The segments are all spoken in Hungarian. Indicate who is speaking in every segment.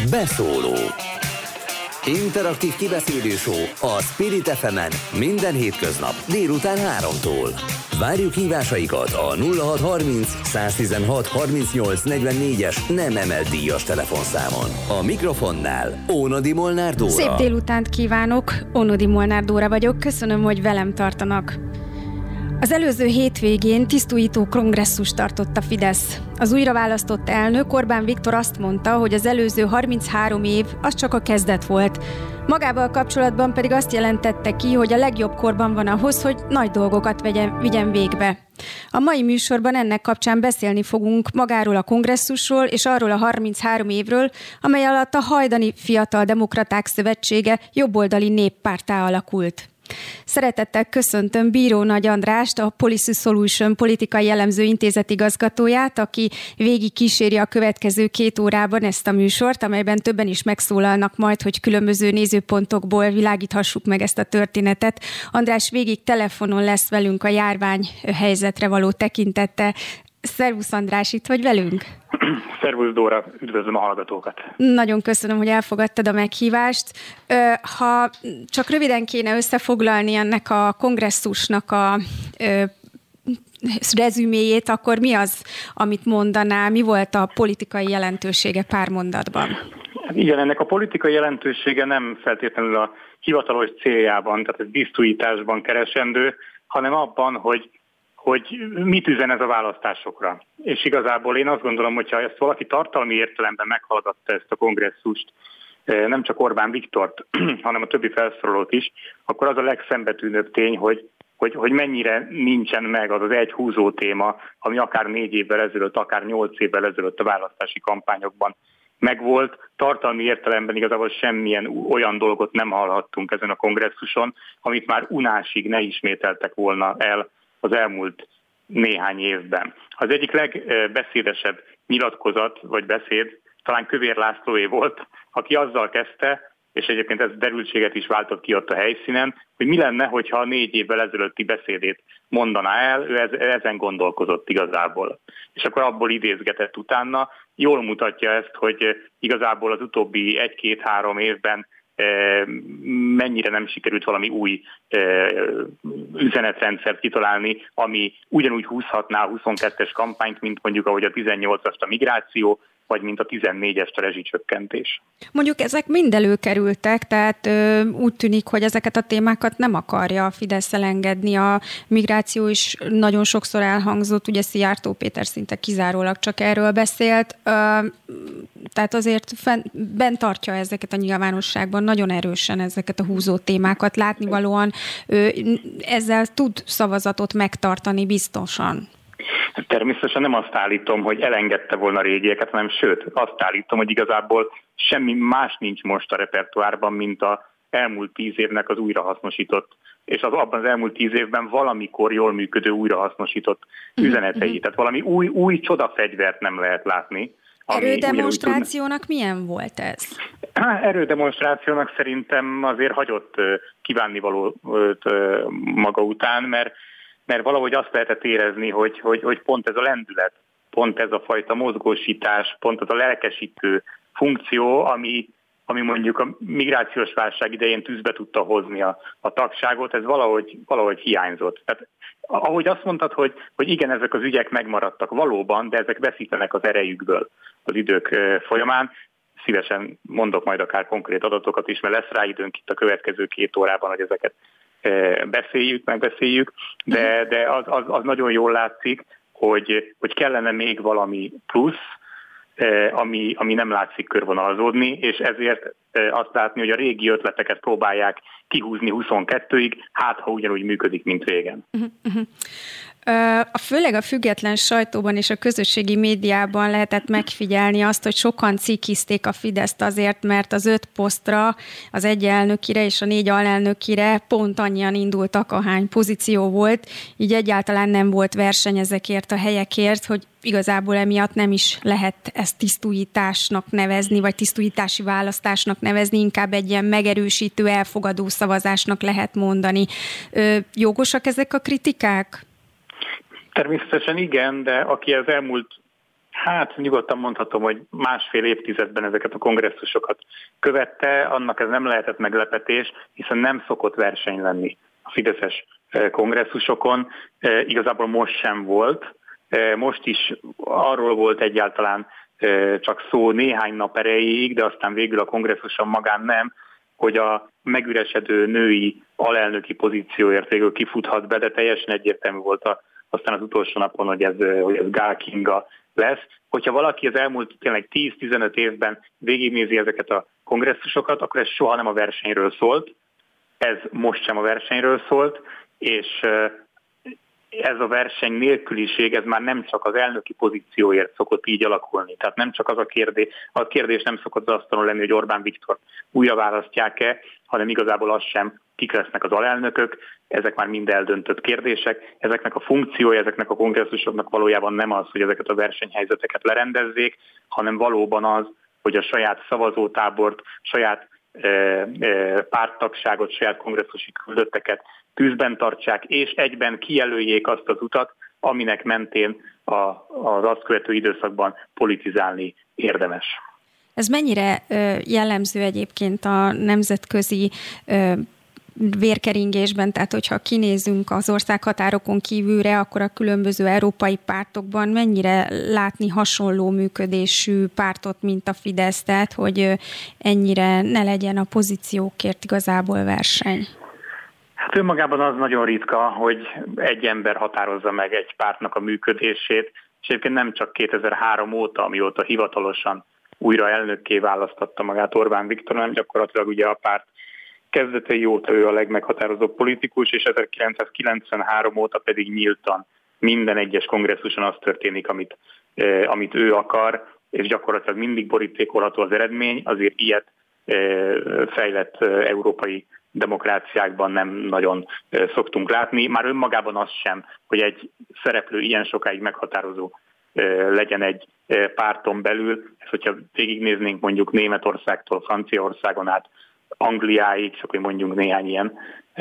Speaker 1: Beszóló. Interaktív kibeszélő show a Spirit FM-en minden hétköznap délután 3-tól. Várjuk hívásaikat a 0630 116 38 44-es nem emelt díjas telefonszámon. A mikrofonnál Ónodi Molnár Dóra.
Speaker 2: Szép délutánt kívánok, Ónodi Molnár Dóra vagyok, köszönöm, hogy velem tartanak. Az előző hétvégén tisztújító kongresszust tartott a Fidesz. Az újraválasztott elnök Orbán Viktor azt mondta, hogy az előző 33 év az csak a kezdet volt. Magával kapcsolatban pedig azt jelentette ki, hogy a legjobb korban van ahhoz, hogy nagy dolgokat vigyen végbe. A mai műsorban ennek kapcsán beszélni fogunk magáról a kongresszusról és arról a 33 évről, amely alatt a Hajdani Fiatal Demokraták Szövetsége jobboldali néppárttá alakult. Szeretettel köszöntöm Bíró Nagy Andrást, a Policy Solution politikai elemző intézet igazgatóját, aki végig kíséri a következő 2 órában ezt a műsort, amelyben többen is megszólalnak majd, hogy különböző nézőpontokból világíthassuk meg ezt a történetet. András végig telefonon lesz velünk a járvány helyzetre való tekintettel. Szervusz András, itt vagy velünk?
Speaker 3: Szervusz Dóra, üdvözlöm a hallgatókat.
Speaker 2: Nagyon köszönöm, hogy elfogadtad a meghívást. Ha csak röviden kéne összefoglalni ennek a kongresszusnak a rezüméjét, akkor mi az, amit mondanál, mi volt a politikai jelentősége pár mondatban?
Speaker 3: Igen, ennek a politikai jelentősége nem feltétlenül a hivatalos céljában, tehát a tisztújításban keresendő, hanem abban, hogy mit üzen ez a választásokra. És igazából én azt gondolom, hogyha ezt valaki tartalmi értelemben meghallgatta ezt a kongresszust, nem csak Orbán Viktort, hanem a többi felszólalót is, akkor az a legszembetűnőbb tény, hogy mennyire nincsen meg az egy húzó téma, ami akár 4 évvel ezelőtt, akár 8 évvel ezelőtt a választási kampányokban megvolt. Tartalmi értelemben igazából semmilyen olyan dolgot nem hallhattunk ezen a kongresszuson, amit már unásig ne ismételtek volna el az elmúlt néhány évben. Az egyik legbeszédesebb nyilatkozat vagy beszéd talán Kövér Lászlóé volt, aki azzal kezdte, és egyébként ez derültséget is váltott ki ott a helyszínen, hogy mi lenne, hogyha a 4 évvel ezelőtti beszédét mondaná el, ő ezen gondolkozott igazából. És akkor abból idézgetett utána. Jól mutatja ezt, hogy igazából az utóbbi 1-2-3 évben mennyire nem sikerült valami új üzenetrendszert kitalálni, ami ugyanúgy húzhatná a 22-es kampányt, mint mondjuk ahogy a 18-as a migráció, vagy mint a 14-es a rezsicsökkentés.
Speaker 2: Mondjuk ezek mind előkerültek, tehát úgy tűnik, hogy ezeket a témákat nem akarja a Fidesz elengedni. A migráció is nagyon sokszor elhangzott, ugye Szijjártó Péter szinte kizárólag csak erről beszélt, tehát azért bent tartja ezeket a nyilvánosságban nagyon erősen ezeket a húzó témákat. Látnivalóan ezzel tud szavazatot megtartani biztosan.
Speaker 3: Természetesen nem azt állítom, hogy elengedte volna a régieket, hanem sőt, azt állítom, hogy igazából semmi más nincs most a repertoárban, mint az elmúlt 10 évnek az újrahasznosított, és abban az elmúlt 10 évben valamikor jól működő újrahasznosított üzenetei. Tehát valami új csodafegyvert nem lehet látni.
Speaker 2: Erődemonstrációnak milyen volt ez?
Speaker 3: Erődemonstrációnak szerintem azért hagyott kívánnivalót maga után, mert valahogy azt lehetett érezni, hogy pont ez a lendület, pont ez a fajta mozgósítás, pont az a lelkesítő funkció, ami mondjuk a migrációs válság idején tűzbe tudta hozni a tagságot, ez valahogy hiányzott. Tehát ahogy azt mondtad, hogy igen, ezek az ügyek megmaradtak valóban, de ezek veszítenek az erejükből az idők folyamán. Szívesen mondok majd akár konkrét adatokat is, mert lesz rá időnk itt a következő 2 órában, hogy ezeket megbeszéljük, de az nagyon jól látszik, hogy kellene még valami plusz, ami nem látszik körvonalazódni, és ezért azt látni, hogy a régi ötleteket próbálják kihúzni 22-ig, hát ha ugyanúgy működik, mint régen.
Speaker 2: Főleg a független sajtóban és a közösségi médiában lehetett megfigyelni azt, hogy sokan cikizték a Fideszt azért, mert az 5 posztra, az 1 elnökire és a 4 alelnökire pont annyian indultak, ahány pozíció volt, így egyáltalán nem volt verseny ezekért a helyekért, hogy igazából emiatt nem is lehet ezt tisztújításnak nevezni, vagy tisztújítási választásnak nevezni, inkább egy ilyen megerősítő, elfogadó szavazásnak lehet mondani. Jogosak ezek a kritikák?
Speaker 3: Természetesen igen, de aki az elmúlt Hát nyugodtan mondhatom, hogy másfél évtizedben ezeket a kongresszusokat követte, annak ez nem lehetett meglepetés, hiszen nem szokott verseny lenni a fideszes kongresszusokon, igazából most sem volt. Most is arról volt egyáltalán csak szó néhány nap erejéig, de aztán végül a kongresszuson magán nem, hogy a megüresedő női alelnöki pozícióért végül kifuthat be, de teljesen egyértelmű volt aztán az utolsó napon, hogy ez Gál Kinga lesz. Hogyha valaki az elmúlt tényleg 10-15 évben végignézi ezeket a kongresszusokat, akkor ez soha nem a versenyről szólt, ez most sem a versenyről szólt, és ez a verseny nélküliség, ez már nem csak az elnöki pozícióért szokott így alakulni. Tehát nem csak az a kérdés nem szokott az asztalon lenni, hogy Orbán Viktor újra választják-e, hanem igazából az sem, kik lesznek az alelnökök, ezek már mind eldöntött kérdések. Ezeknek a funkciója, ezeknek a kongresszusoknak valójában nem az, hogy ezeket a versenyhelyzeteket lerendezzék, hanem valóban az, hogy a saját szavazótábort, saját párttagságot, saját kongresszusi küldötteket tűzben tartsák, és egyben kijelöljék azt az utat, aminek mentén az azt követő időszakban politizálni érdemes.
Speaker 2: Ez mennyire jellemző egyébként a nemzetközi vérkeringésben, tehát hogyha kinézünk az országhatárokon kívülre, akkor a különböző európai pártokban mennyire látni hasonló működésű pártot, mint a Fidesz, tehát hogy ennyire ne legyen a pozíciókért igazából verseny?
Speaker 3: Hát önmagában az nagyon ritka, hogy egy ember határozza meg egy pártnak a működését, és egyébként nem csak 2003 óta, amióta hivatalosan újra elnökké választotta magát Orbán Viktor, hanem gyakorlatilag ugye a párt kezdetei óta ő a legmeghatározóbb politikus, és 1993 óta pedig nyíltan minden egyes kongresszuson az történik, amit ő akar, és gyakorlatilag mindig borítékolható az eredmény, azért ilyet fejlett európai demokráciákban nem nagyon szoktunk látni. Már önmagában az sem, hogy egy szereplő ilyen sokáig meghatározó legyen egy párton belül. Ezt, hogyha végignéznénk mondjuk Németországtól Franciaországon át Angliáig, csak hogy mondjunk néhány ilyen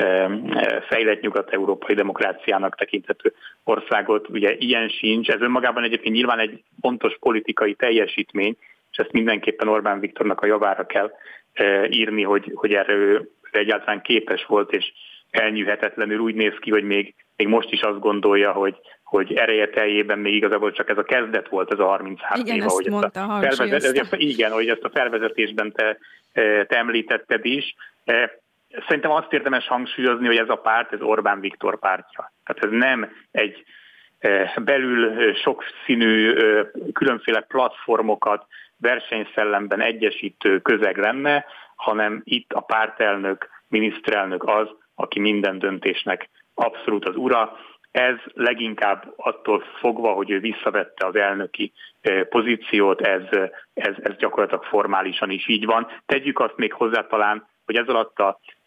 Speaker 3: fejlett nyugat-európai demokráciának tekinthető országot, ugye ilyen sincs. Ez önmagában egyébként nyilván egy fontos politikai teljesítmény, és ezt mindenképpen Orbán Viktornak a javára kell írni, hogy erre ő egyáltalán képes volt, és elnyűhetetlenül úgy néz ki, hogy még most is azt gondolja, hogy ereje teljében még igazából csak ez a kezdet volt, ez a 33
Speaker 2: év,
Speaker 3: ahogy ezt a felvezetésben te említetted is. Szerintem azt érdemes hangsúlyozni, hogy ez a párt, ez Orbán Viktor pártja. Tehát ez nem egy belül sokszínű különféle platformokat versenyszellemben egyesítő közeg lenne, hanem itt a pártelnök, miniszterelnök az, aki minden döntésnek abszolút az ura. Ez leginkább attól fogva, hogy ő visszavette az elnöki pozíciót, ez gyakorlatilag formálisan is így van. Tegyük azt még hozzá talán, hogy ez alatt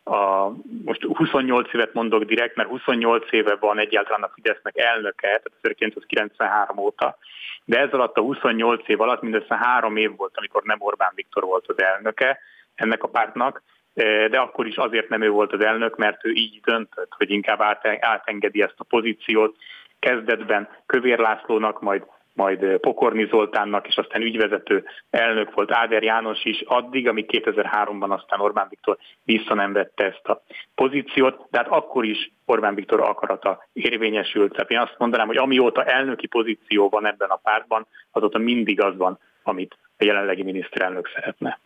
Speaker 3: most 28 évet mondok direkt, mert 28 éve van egyáltalán a Fidesznek elnöke, tehát 1993 óta, de ez alatt a 28 év alatt mindössze 3 év volt, amikor nem Orbán Viktor volt az elnöke ennek a pártnak, de akkor is azért nem ő volt az elnök, mert ő így döntött, hogy inkább átengedi ezt a pozíciót. Kezdetben Kövér Lászlónak, majd Pokorni Zoltánnak, és aztán ügyvezető elnök volt Áder János is addig, amíg 2003-ban aztán Orbán Viktor vissza nem vette ezt a pozíciót, de hát akkor is Orbán Viktor akarata érvényesült. Tehát én azt mondanám, hogy amióta elnöki pozíció van ebben a pártban, azóta mindig az van, amit a jelenlegi miniszterelnök szeretne.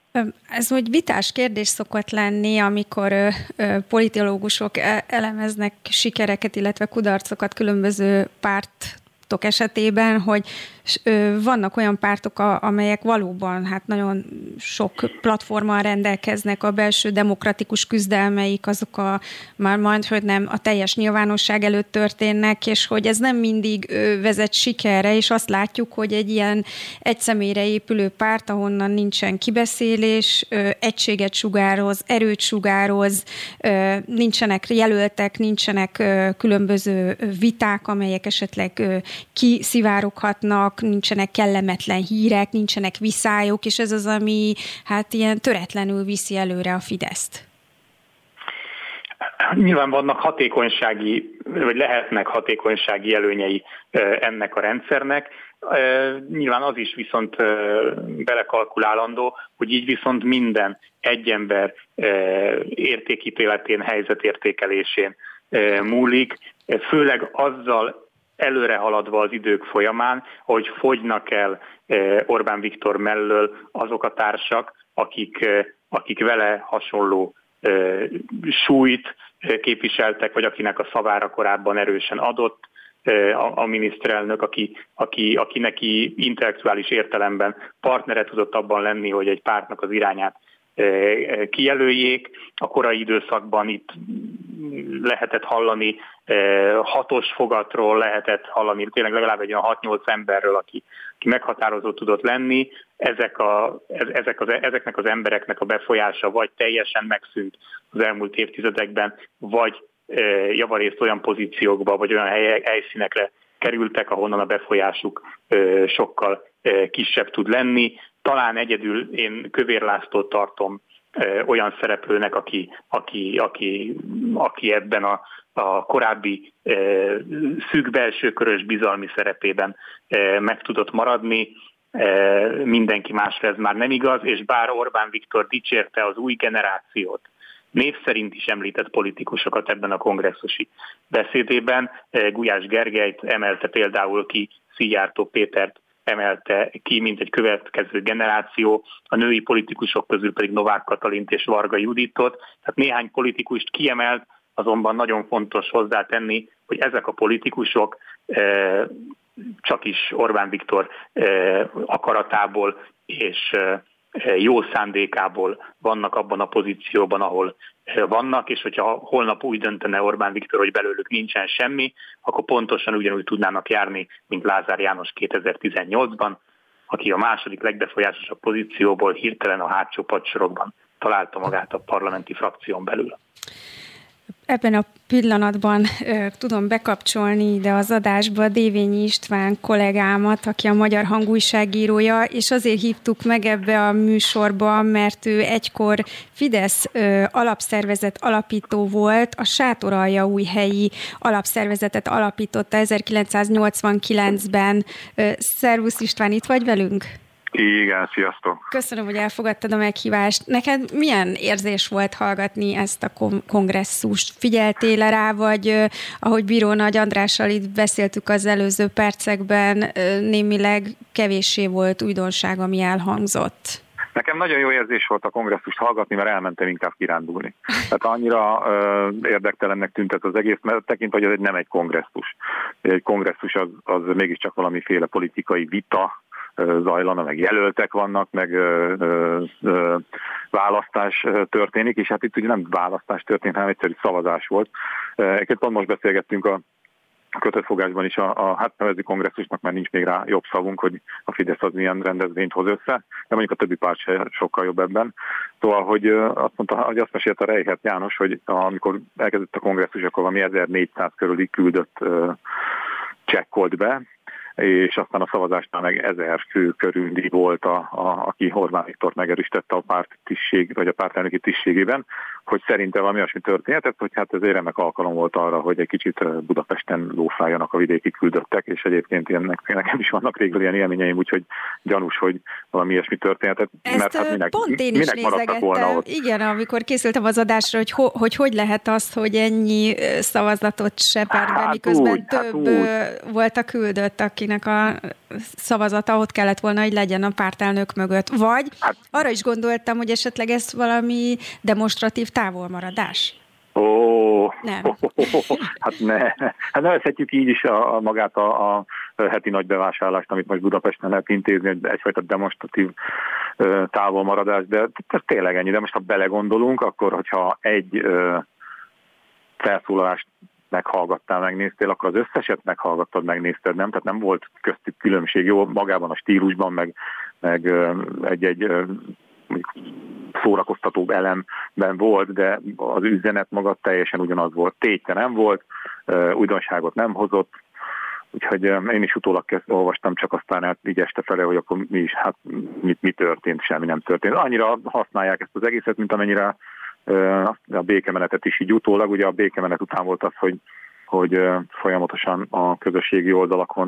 Speaker 2: Ez úgy vitás kérdés szokott lenni, amikor politológusok elemeznek sikereket, illetve kudarcokat különböző pártok esetében, hogy vannak olyan pártok, amelyek valóban hát nagyon sok platformmal rendelkeznek, a belső demokratikus küzdelmeik, azok már majd, hogy nem a teljes nyilvánosság előtt történnek, és hogy ez nem mindig vezet sikerre, és azt látjuk, hogy egy ilyen egy személyre épülő párt, ahonnan nincsen kibeszélés, egységet sugároz, erőt sugároz, nincsenek jelöltek, nincsenek különböző viták, amelyek esetleg kiszivároghatnak, nincsenek kellemetlen hírek, nincsenek viszályok, és ez az, ami hát ilyen töretlenül viszi előre a Fideszt.
Speaker 3: Nyilván vannak hatékonysági, vagy lehetnek hatékonysági előnyei ennek a rendszernek. Nyilván az is viszont belekalkulálandó, hogy így viszont minden egy ember értékítéletén, helyzetértékelésén múlik, főleg azzal előre haladva az idők folyamán, hogy fogynak el Orbán Viktor mellől azok a társak, akik vele hasonló súlyt képviseltek, vagy akinek a szavára korábban erősen adott a miniszterelnök, aki neki intellektuális értelemben partnere tudott abban lenni, hogy egy pártnak az irányát kijelöljék. A korai időszakban itt lehetett hallani 6-os fogatról, lehetett hallani tényleg legalább egy olyan 6-8 emberről, aki meghatározó tudott lenni. Ezeknek az embereknek a befolyása vagy teljesen megszűnt az elmúlt évtizedekben, vagy javarészt olyan pozíciókba, vagy olyan helyszínekre kerültek, ahonnan a befolyásuk sokkal kisebb tud lenni. Talán egyedül én Kövér Lászlót tartom olyan szereplőnek, aki ebben a korábbi szűk belsőkörös bizalmi szerepében meg tudott maradni. Mindenki másra ez már nem igaz, és bár Orbán Viktor dicsérte az új generációt, név szerint is említett politikusokat ebben a kongresszusi beszédében, Gulyás Gergelyt emelte például ki, Szijjártó Pétert emelte ki, mint egy következő generáció, a női politikusok közül pedig Novák Katalint és Varga Juditot. Tehát néhány politikust kiemelt, azonban nagyon fontos hozzátenni, hogy ezek a politikusok csak is Orbán Viktor akaratából és jó szándékából vannak abban a pozícióban, ahol vannak, és hogyha holnap úgy döntene Orbán Viktor, hogy belőlük nincsen semmi, akkor pontosan ugyanúgy tudnának járni, mint Lázár János 2018-ban, aki a második legbefolyásosabb pozícióból hirtelen a hátsó padsorokban találta magát a parlamenti frakción belül.
Speaker 2: Ebben a pillanatban tudom bekapcsolni ide az adásba Dévényi István kollégámat, aki a Magyar Hang újságírója, és azért hívtuk meg ebbe a műsorba, mert ő egykor Fidesz alapszervezet alapító volt, a Sátoraljaújhelyi alapszervezetet alapította 1989-ben. Szervusz István, itt vagy velünk?
Speaker 4: Igen, sziasztok!
Speaker 2: Köszönöm, hogy elfogadtad a meghívást. Neked milyen érzés volt hallgatni ezt a kongresszust? Figyeltél rá, vagy ahogy Bíró Nagy Andrással itt beszéltük az előző percekben, némileg kevéssé volt újdonság, ami elhangzott?
Speaker 4: Nekem nagyon jó érzés volt a kongresszust hallgatni, mert elmentem inkább kirándulni. Tehát annyira érdektelennek tűnt az egész, mert tekintve, hogy ez nem egy kongresszus. Egy kongresszus az mégiscsak valamiféle politikai vita zajlana, meg jelöltek vannak, meg választás történik, és hát itt ugye nem választás történt, hanem egyszerű szavazás volt. Egyébként pont most beszélgettünk a kötöttfogásban is, hát nevezzük kongresszusnak, már nincs még rá jobb szavunk, hogy a Fidesz az milyen rendezvényt hoz össze, de mondjuk a többi párt sokkal jobb ebben. Szóval, hogy azt mondta, hogy azt mesélte Reichert János, hogy amikor elkezdett a kongresszus, akkor valami 1400 körüli küldött csekkolt be, és aztán a szavazásnál meg 1000 fő körüli volt, aki Orbán Viktort megerősítette a párttisztség, vagy a pártelnöki tisztségében, hogy szerintem valami olyasmi történetet, hogy hát ez egy remek alkalom volt arra, hogy egy kicsit Budapesten lófáljanak a vidéki küldöttek, és egyébként nekem is vannak régről ilyen élményeim, úgyhogy gyanús, hogy valami ilyesmi történetet.
Speaker 2: Ezt mert hát pont én is nézegettem. Igen, amikor készültem az adásra, hogy lehet az, hogy ennyi szavazatot sepert be, miközben több volt a küldött, akinek a szavazata ott kellett volna, hogy legyen a pártelnök mögött. Vagy arra is gondoltam, hogy esetleg ez valami demonstratív távolmaradás. Nem.
Speaker 4: Hát nevezhetjük így is magát a heti nagy bevásárlást, amit most Budapesten lehet intézni, egyfajta demonstratív távolmaradás, de ez tényleg ennyi. De most ha belegondolunk, akkor hogyha egy felszólalást meghallgattál, megnéztél, akkor az összeset meghallgattad, megnézted, nem? Tehát nem volt köztük különbség, jó, magában a stílusban, meg egy szórakoztatóbb elemben volt, de az üzenet maga teljesen ugyanaz volt. Tétje nem volt, újdonságot nem hozott, úgyhogy én is utólag olvastam, csak aztán így este fele, hogy akkor mi történt, semmi nem történt. Annyira használják ezt az egészet, mint amennyire a békemenetet is így utólag. Ugye a békemenet után volt az, hogy folyamatosan a közösségi oldalakon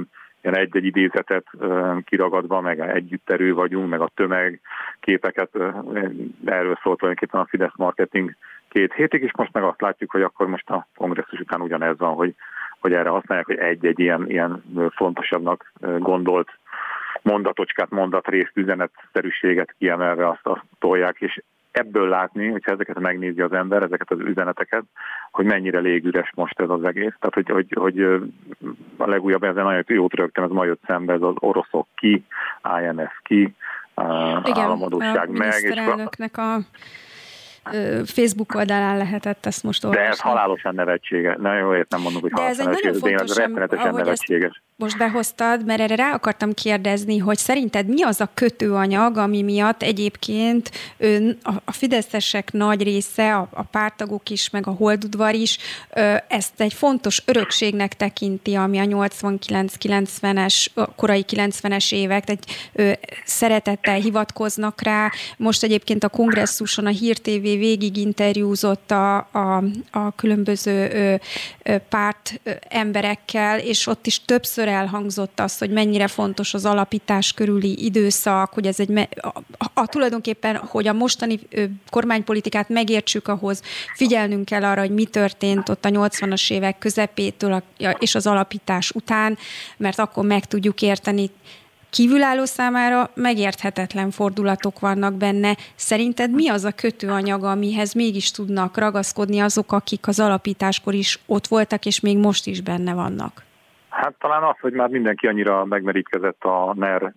Speaker 4: ilyen egy-egy idézetet kiragadva, meg együtterő vagyunk, meg a tömegképeket, erről szólt tulajdonképpen a Fidesz marketing 2 hétig, és most meg azt látjuk, hogy akkor most a kongresszus után ugyanez van, hogy erre használják, hogy egy-egy ilyen fontosabbnak gondolt mondatocskát, mondatrészt, üzenetszerűséget kiemelve azt tolják, és ebből látni, hogyha ezeket megnézi az ember, ezeket az üzeneteket, hogy mennyire légüres most ez az egész. Tehát, hogy a legújabb, ezen nagyon jót rögtem, ez ma jött szembe, ez az oroszok ki, IMF ki, államadósság meg.
Speaker 2: Miniszterelnöknek a Facebook oldalán lehetett ezt most olvasni.
Speaker 4: De ez halálosan nevetséges. Nagyon jóért nem mondom, hogy halálosan nevetséges, de ez rettenetesen nevetséges.
Speaker 2: Most behoztad, mert erre rá akartam kérdezni, hogy szerinted mi az a kötőanyag, ami miatt egyébként a fideszesek nagy része, a párttagok is, meg a holdudvar is ezt egy fontos örökségnek tekinti, ami a 89-90-es, korai 90-es évek, egy szeretettel hivatkoznak rá. Most egyébként a kongresszuson a Hír TV végig interjúzott a különböző párt emberekkel, és ott is többször elhangzott az, hogy mennyire fontos az alapítás körüli időszak, hogy ez tulajdonképpen, hogy a mostani kormánypolitikát megértsük, ahhoz figyelnünk kell arra, hogy mi történt ott a 80-as évek közepétől és az alapítás után, mert akkor meg tudjuk érteni. Kívülálló számára megérthetetlen fordulatok vannak benne. Szerinted mi az a kötőanyag, amihez mégis tudnak ragaszkodni azok, akik az alapításkor is ott voltak, és még most is benne vannak?
Speaker 4: Hát talán az, hogy már mindenki annyira megmerítkezett a NER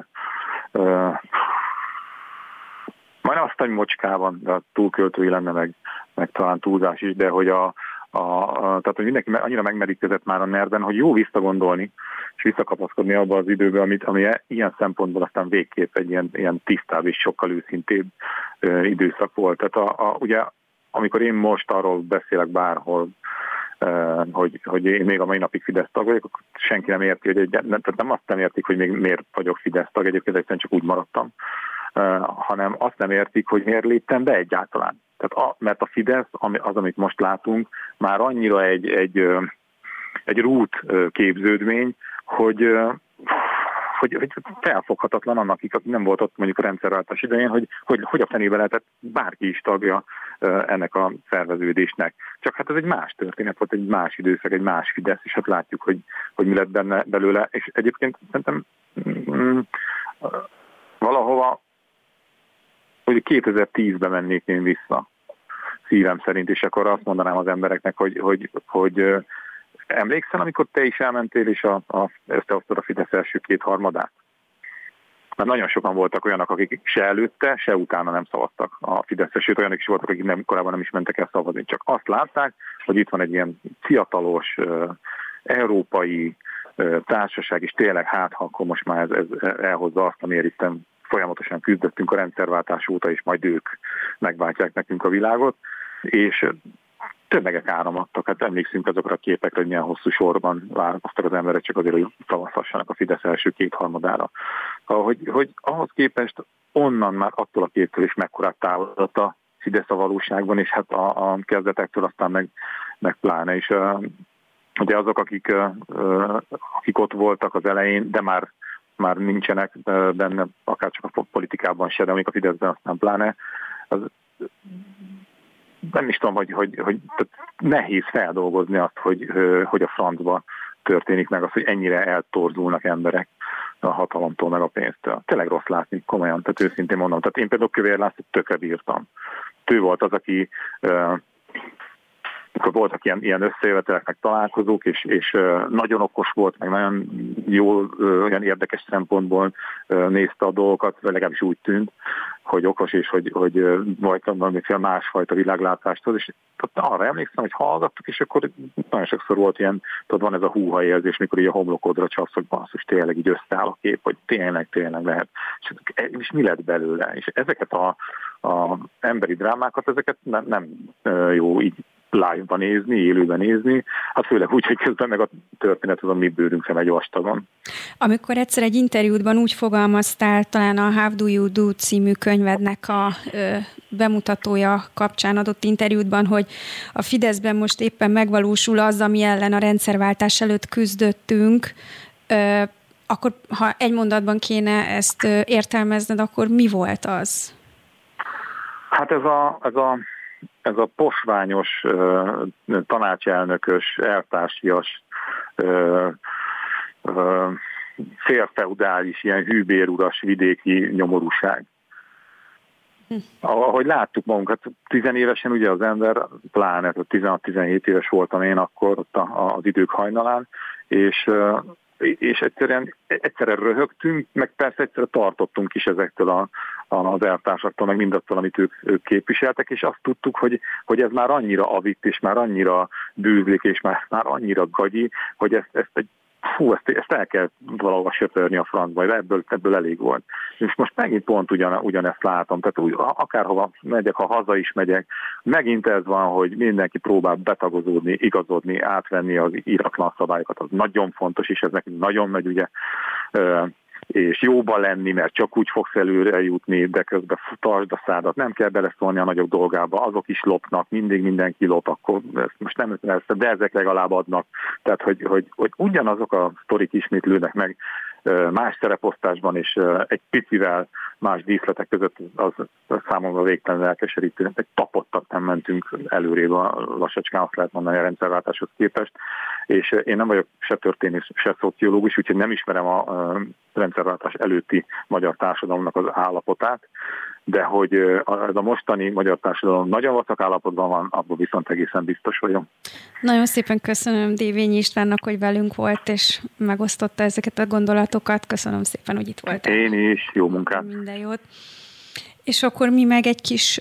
Speaker 4: majdnem azt, hogy mocskában, de túlköltői lenne, meg talán túlzás is, de hogy tehát, hogy mindenki annyira megmerítkezett már a NER-ben, hogy jó visszagondolni, és visszakapaszkodni abba az időbe, ami ilyen szempontból aztán végképp egy ilyen tisztább és sokkal őszintébb időszak volt. Tehát ugye, amikor én most arról beszélek bárhol, hogy én még a mai napig Fidesz tag vagyok, akkor senki nem érti, tehát nem azt nem értik, hogy még miért vagyok Fidesz tag, egyébként egyszerűen csak úgy maradtam, hanem azt nem értik, hogy miért léptem be egyáltalán. Tehát mert a Fidesz, az, amit most látunk, már annyira egy rút képződmény, hogy felfoghatatlan annak, akik nem volt ott mondjuk a rendszerváltás idején, hogy a fenébe lehetett bárki is tagja ennek a szerveződésnek. Csak hát ez egy más történet volt, egy más időszak, egy más Fidesz, és hát látjuk, hogy mi lett benne belőle. És egyébként szerintem valahova, hogy 2010-ben mennék én vissza szívem szerint, és akkor azt mondanám az embereknek, hogy emlékszel, amikor te is elmentél, és összehoztad a Fidesz első 2/3-át? Mert nagyon sokan voltak olyanok, akik se előtte, se utána nem szavaztak a Fideszre, sőt olyanok is voltak, akik korábban nem is mentek el szavazni. Csak azt látták, hogy itt van egy ilyen fiatalos, európai társaság, és tényleg ha akkor most már ez elhozza azt, amiért itt folyamatosan küzdöttünk a rendszerváltás óta, és majd ők megváltják nekünk a világot, és tömegek áramadtak. Hát emlékszünk azokra a képekre, hogy milyen hosszú sorban várakoztak az emberek csak azért, hogy szavazhassanak a Fidesz első 2/3-ára. Hogy ahhoz képest onnan már attól a képtől is mekkorát távolodott a Fidesz a valóságban, és hát a kezdetektől aztán meg pláne is. Ugye azok, akik ott voltak az elején, de már nincsenek benne, akár csak a politikában se, de amik a Fideszben aztán pláne, az nem is tudom, hogy nehéz feldolgozni azt, hogy a francba történik meg az, hogy ennyire eltorzulnak emberek a hatalomtól, meg a pénztől. Tényleg rossz látni, komolyan, tehát őszintén mondom. Tehát én például Kövér Lászlót tökre bírtam. Ő volt az, aki akkor voltak ilyen összejövetelek, meg találkozók, és nagyon okos volt, meg nagyon jó, olyan érdekes szempontból nézte a dolgokat, legalábbis úgy tűnt, hogy okos, és hogy volt valamiféle másfajta világlátáshoz, és arra emlékszem, hogy hallgattuk, és akkor nagyon sokszor volt ilyen, tudod, van ez a húha érzés, mikor így a homlokodra csapsz, hogy basszus, tényleg így összeáll a kép, hogy tényleg lehet. És mi lett belőle? És ezeket a emberi drámákat, ezeket nem jó így live-ban nézni, élőben nézni, hát főleg úgy, hogy közben meg a történet az a mi bőrünkre megy vastagon.
Speaker 2: Amikor egyszer egy interjútban úgy fogalmaztál, talán a How Do You Do című könyvednek a bemutatója kapcsán adott interjútban, hogy a Fideszben most éppen megvalósul az, ami ellen a rendszerváltás előtt küzdöttünk, akkor ha egy mondatban kéne ezt értelmezned, akkor mi volt az?
Speaker 4: Hát ez a posványos, tanácselnökös, eltársias, félfeudális, ilyen hűbéruras vidéki nyomorúság. Ahogy láttuk magunkat, 10 évesen ugye az ember, pláne 16-17 éves voltam én akkor ott az idők hajnalán, és egyszerre röhögtünk, meg persze egyszerre tartottunk is ezektől az eltársaktól, meg mindattól, amit ők képviseltek, és azt tudtuk, hogy ez már annyira avitt, és már annyira bűvlik, és már annyira gagyi, hogy ezt el kell valahova söpörni a francba, de ebből elég volt. És most megint pont ugyanezt látom, tehát akárhova megyek, ha haza is megyek, megint ez van, hogy mindenki próbál betagozódni, igazodni, átvenni az íratlan szabályokat, az nagyon fontos, és ez nekünk nagyon megy, ugye, és jóba lenni, mert csak úgy fogsz előre jutni, de közben tartsd a szádat, nem kell beleszólni a nagyok dolgába, azok is lopnak, mindig mindenki lop, akkor most nem lesz, de ezek legalább adnak. Tehát, hogy ugyanazok a sztorik ismétlődnek meg más szereposztásban, és egy picivel más díszletek között az számomra végtelenül elkeserítő. Egy tapottat nem mentünk előrébb lassacskán, azt lehet mondani a rendszerváltáshoz képest, és én nem vagyok se történész, se szociológus, úgyhogy nem ismerem a rendszerváltás előtti magyar társadalomnak az állapotát, de hogy ez a mostani magyar társadalom nagyon vacak állapotban van, abban viszont egészen biztos vagyok.
Speaker 2: Nagyon szépen köszönöm Dévényi Istvánnak, hogy velünk volt, és megosztotta ezeket a gondolatokat. Köszönöm szépen, hogy itt voltál.
Speaker 4: Én is, jó munkát.
Speaker 2: Minden jót. És akkor mi meg egy kis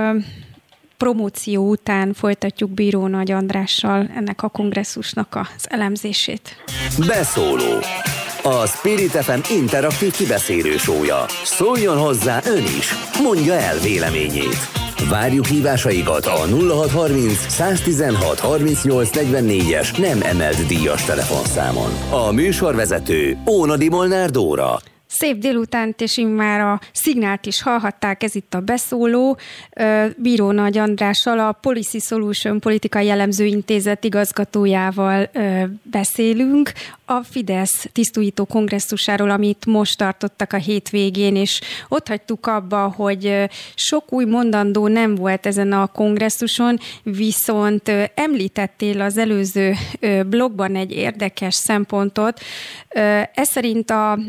Speaker 2: promóció után folytatjuk Bíró Nagy Andrással ennek a kongresszusnak az elemzését.
Speaker 1: Beszóló. A Spirit FM interaktív kibeszélő show-ja. Szóljon hozzá ön is, mondja el véleményét. Várjuk hívásaikat a 0630 116 38 44-es nem emelt díjas telefonszámon. A műsorvezető Ónodi Molnár Dóra.
Speaker 2: Szép délutánt, és immár a szignált is hallhatták, ez itt a beszóló. Bíró Nagy Andrással, a Policy Solution Politikai Elemző Intézet igazgatójával beszélünk a Fidesz tisztújító kongresszusáról, amit most tartottak a hétvégén, és ott hagytuk abba, hogy sok új mondandó nem volt ezen a kongresszuson, viszont említettél az előző blogban egy érdekes szempontot. Ez szerint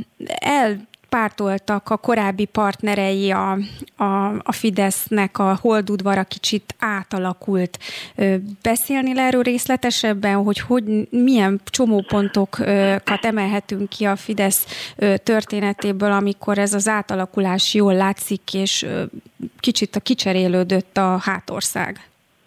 Speaker 2: elpártoltak a korábbi partnerei a Fidesznek, a holdudvara kicsit átalakult. Beszélnél erről részletesebben, hogy milyen csomópontokat emelhetünk ki a Fidesz történetéből, amikor ez az átalakulás jól látszik, és kicsit kicserélődött a hátország?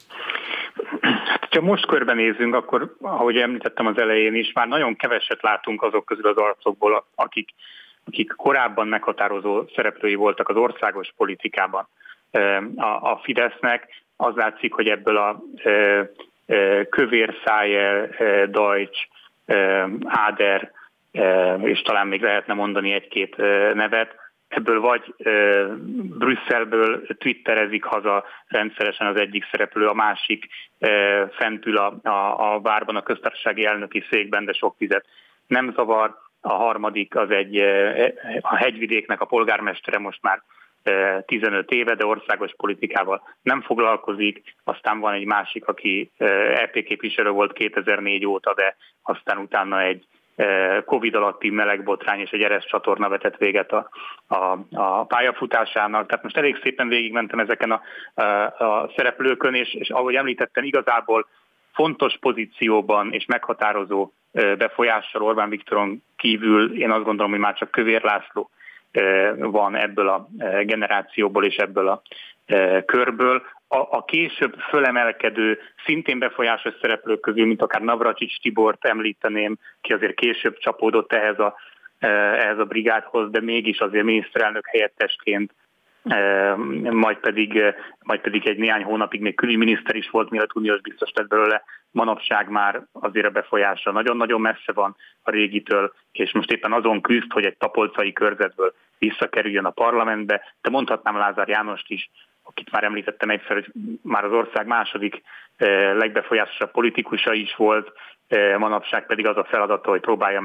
Speaker 3: Ha most körbenézünk, akkor, ahogy említettem az elején is, már nagyon keveset látunk azok közül az arcokból, akik korábban meghatározó szereplői voltak az országos politikában. A Fidesznek az látszik, hogy ebből a Kövér, Szájer, Deutsch, Áder, és talán még lehetne mondani egy-két nevet, ebből vagy Brüsszelből twitterezik haza rendszeresen az egyik szereplő, a másik fentül a várban, a köztársasági elnöki székben, de sok vizet nem zavar. A harmadik az a Hegyvidéknek a polgármestere most már 15 éve, de országos politikával nem foglalkozik. Aztán van egy másik, aki EP képviselő volt 2004 óta, de aztán utána egy Covid alatti melegbotrány és egy Eresz csatorna vetett véget a pályafutásának. Tehát most elég szépen végigmentem ezeken a szereplőkön, és ahogy említettem, igazából fontos pozícióban és meghatározó befolyással Orbán Viktoron kívül én azt gondolom, hogy már csak Kövér László van ebből a generációból és ebből a körből. A később fölemelkedő, szintén befolyásos szereplők közül, mint akár Navracsics Tibort említeném, ki azért később csapódott ehhez a brigádhoz, de mégis azért miniszterelnök helyettesként, majd pedig egy néhány hónapig még külügyminiszter is volt, mielőtt uniós biztos lett belőle. Manapság már azért a befolyása nagyon-nagyon messze van a régitől, és most éppen azon küzd, hogy egy tapolcai körzetből visszakerüljön a parlamentbe, de mondhatnám Lázár Jánost is, akit már említettem egyszer, hogy már az ország második legbefolyásosabb politikusa is volt, manapság pedig az a feladata, hogy próbálja meg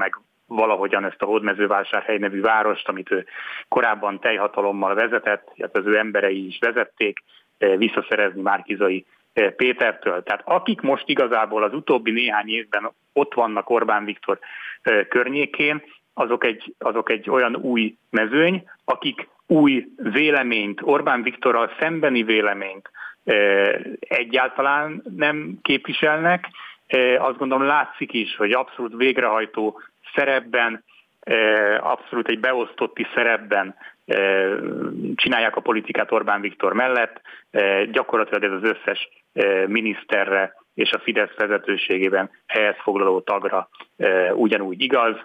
Speaker 3: valahogyan ezt a Hódmezővásárhely nevű várost, amit ő korábban teljhatalommal vezetett, illetve az ő emberei is vezették, visszaszerezni Márki-Zay Pétertől. Tehát akik most igazából az utóbbi néhány évben ott vannak Orbán Viktor környékén, azok egy olyan új mezőny, akik új véleményt, Orbán Viktorral szembeni véleményt egyáltalán nem képviselnek. Azt gondolom látszik is, hogy abszolút végrehajtó szerepben, abszolút egy beosztotti szerepben csinálják a politikát Orbán Viktor mellett. Gyakorlatilag ez az összes miniszterre és a Fidesz vezetőségében helyet foglaló tagra ugyanúgy igaz.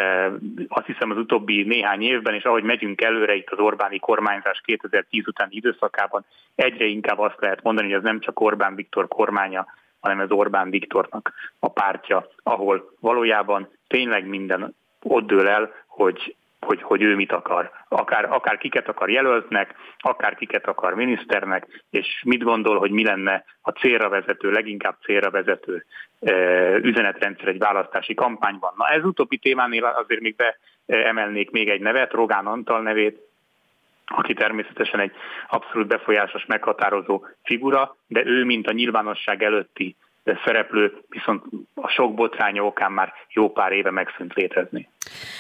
Speaker 3: Azt hiszem az utóbbi néhány évben, és ahogy megyünk előre itt az Orbáni kormányzás 2010 utáni időszakában, egyre inkább azt lehet mondani, hogy ez nem csak Orbán Viktor kormánya, hanem ez Orbán Viktornak a pártja, ahol valójában tényleg minden ott dől el, hogy ő mit akar. Akár kiket akar jelöltnek, akár kiket akar miniszternek, és mit gondol, hogy mi lenne a célra vezető, leginkább célra vezető üzenetrendszer egy választási kampányban. Na ez utóbbi témánél azért még beemelnék még egy nevet, Rogán Antal nevét, aki természetesen egy abszolút befolyásos, meghatározó figura, de ő, mint a nyilvánosság előtti szereplő, viszont a sok botránya okán már jó pár éve megszűnt létezni.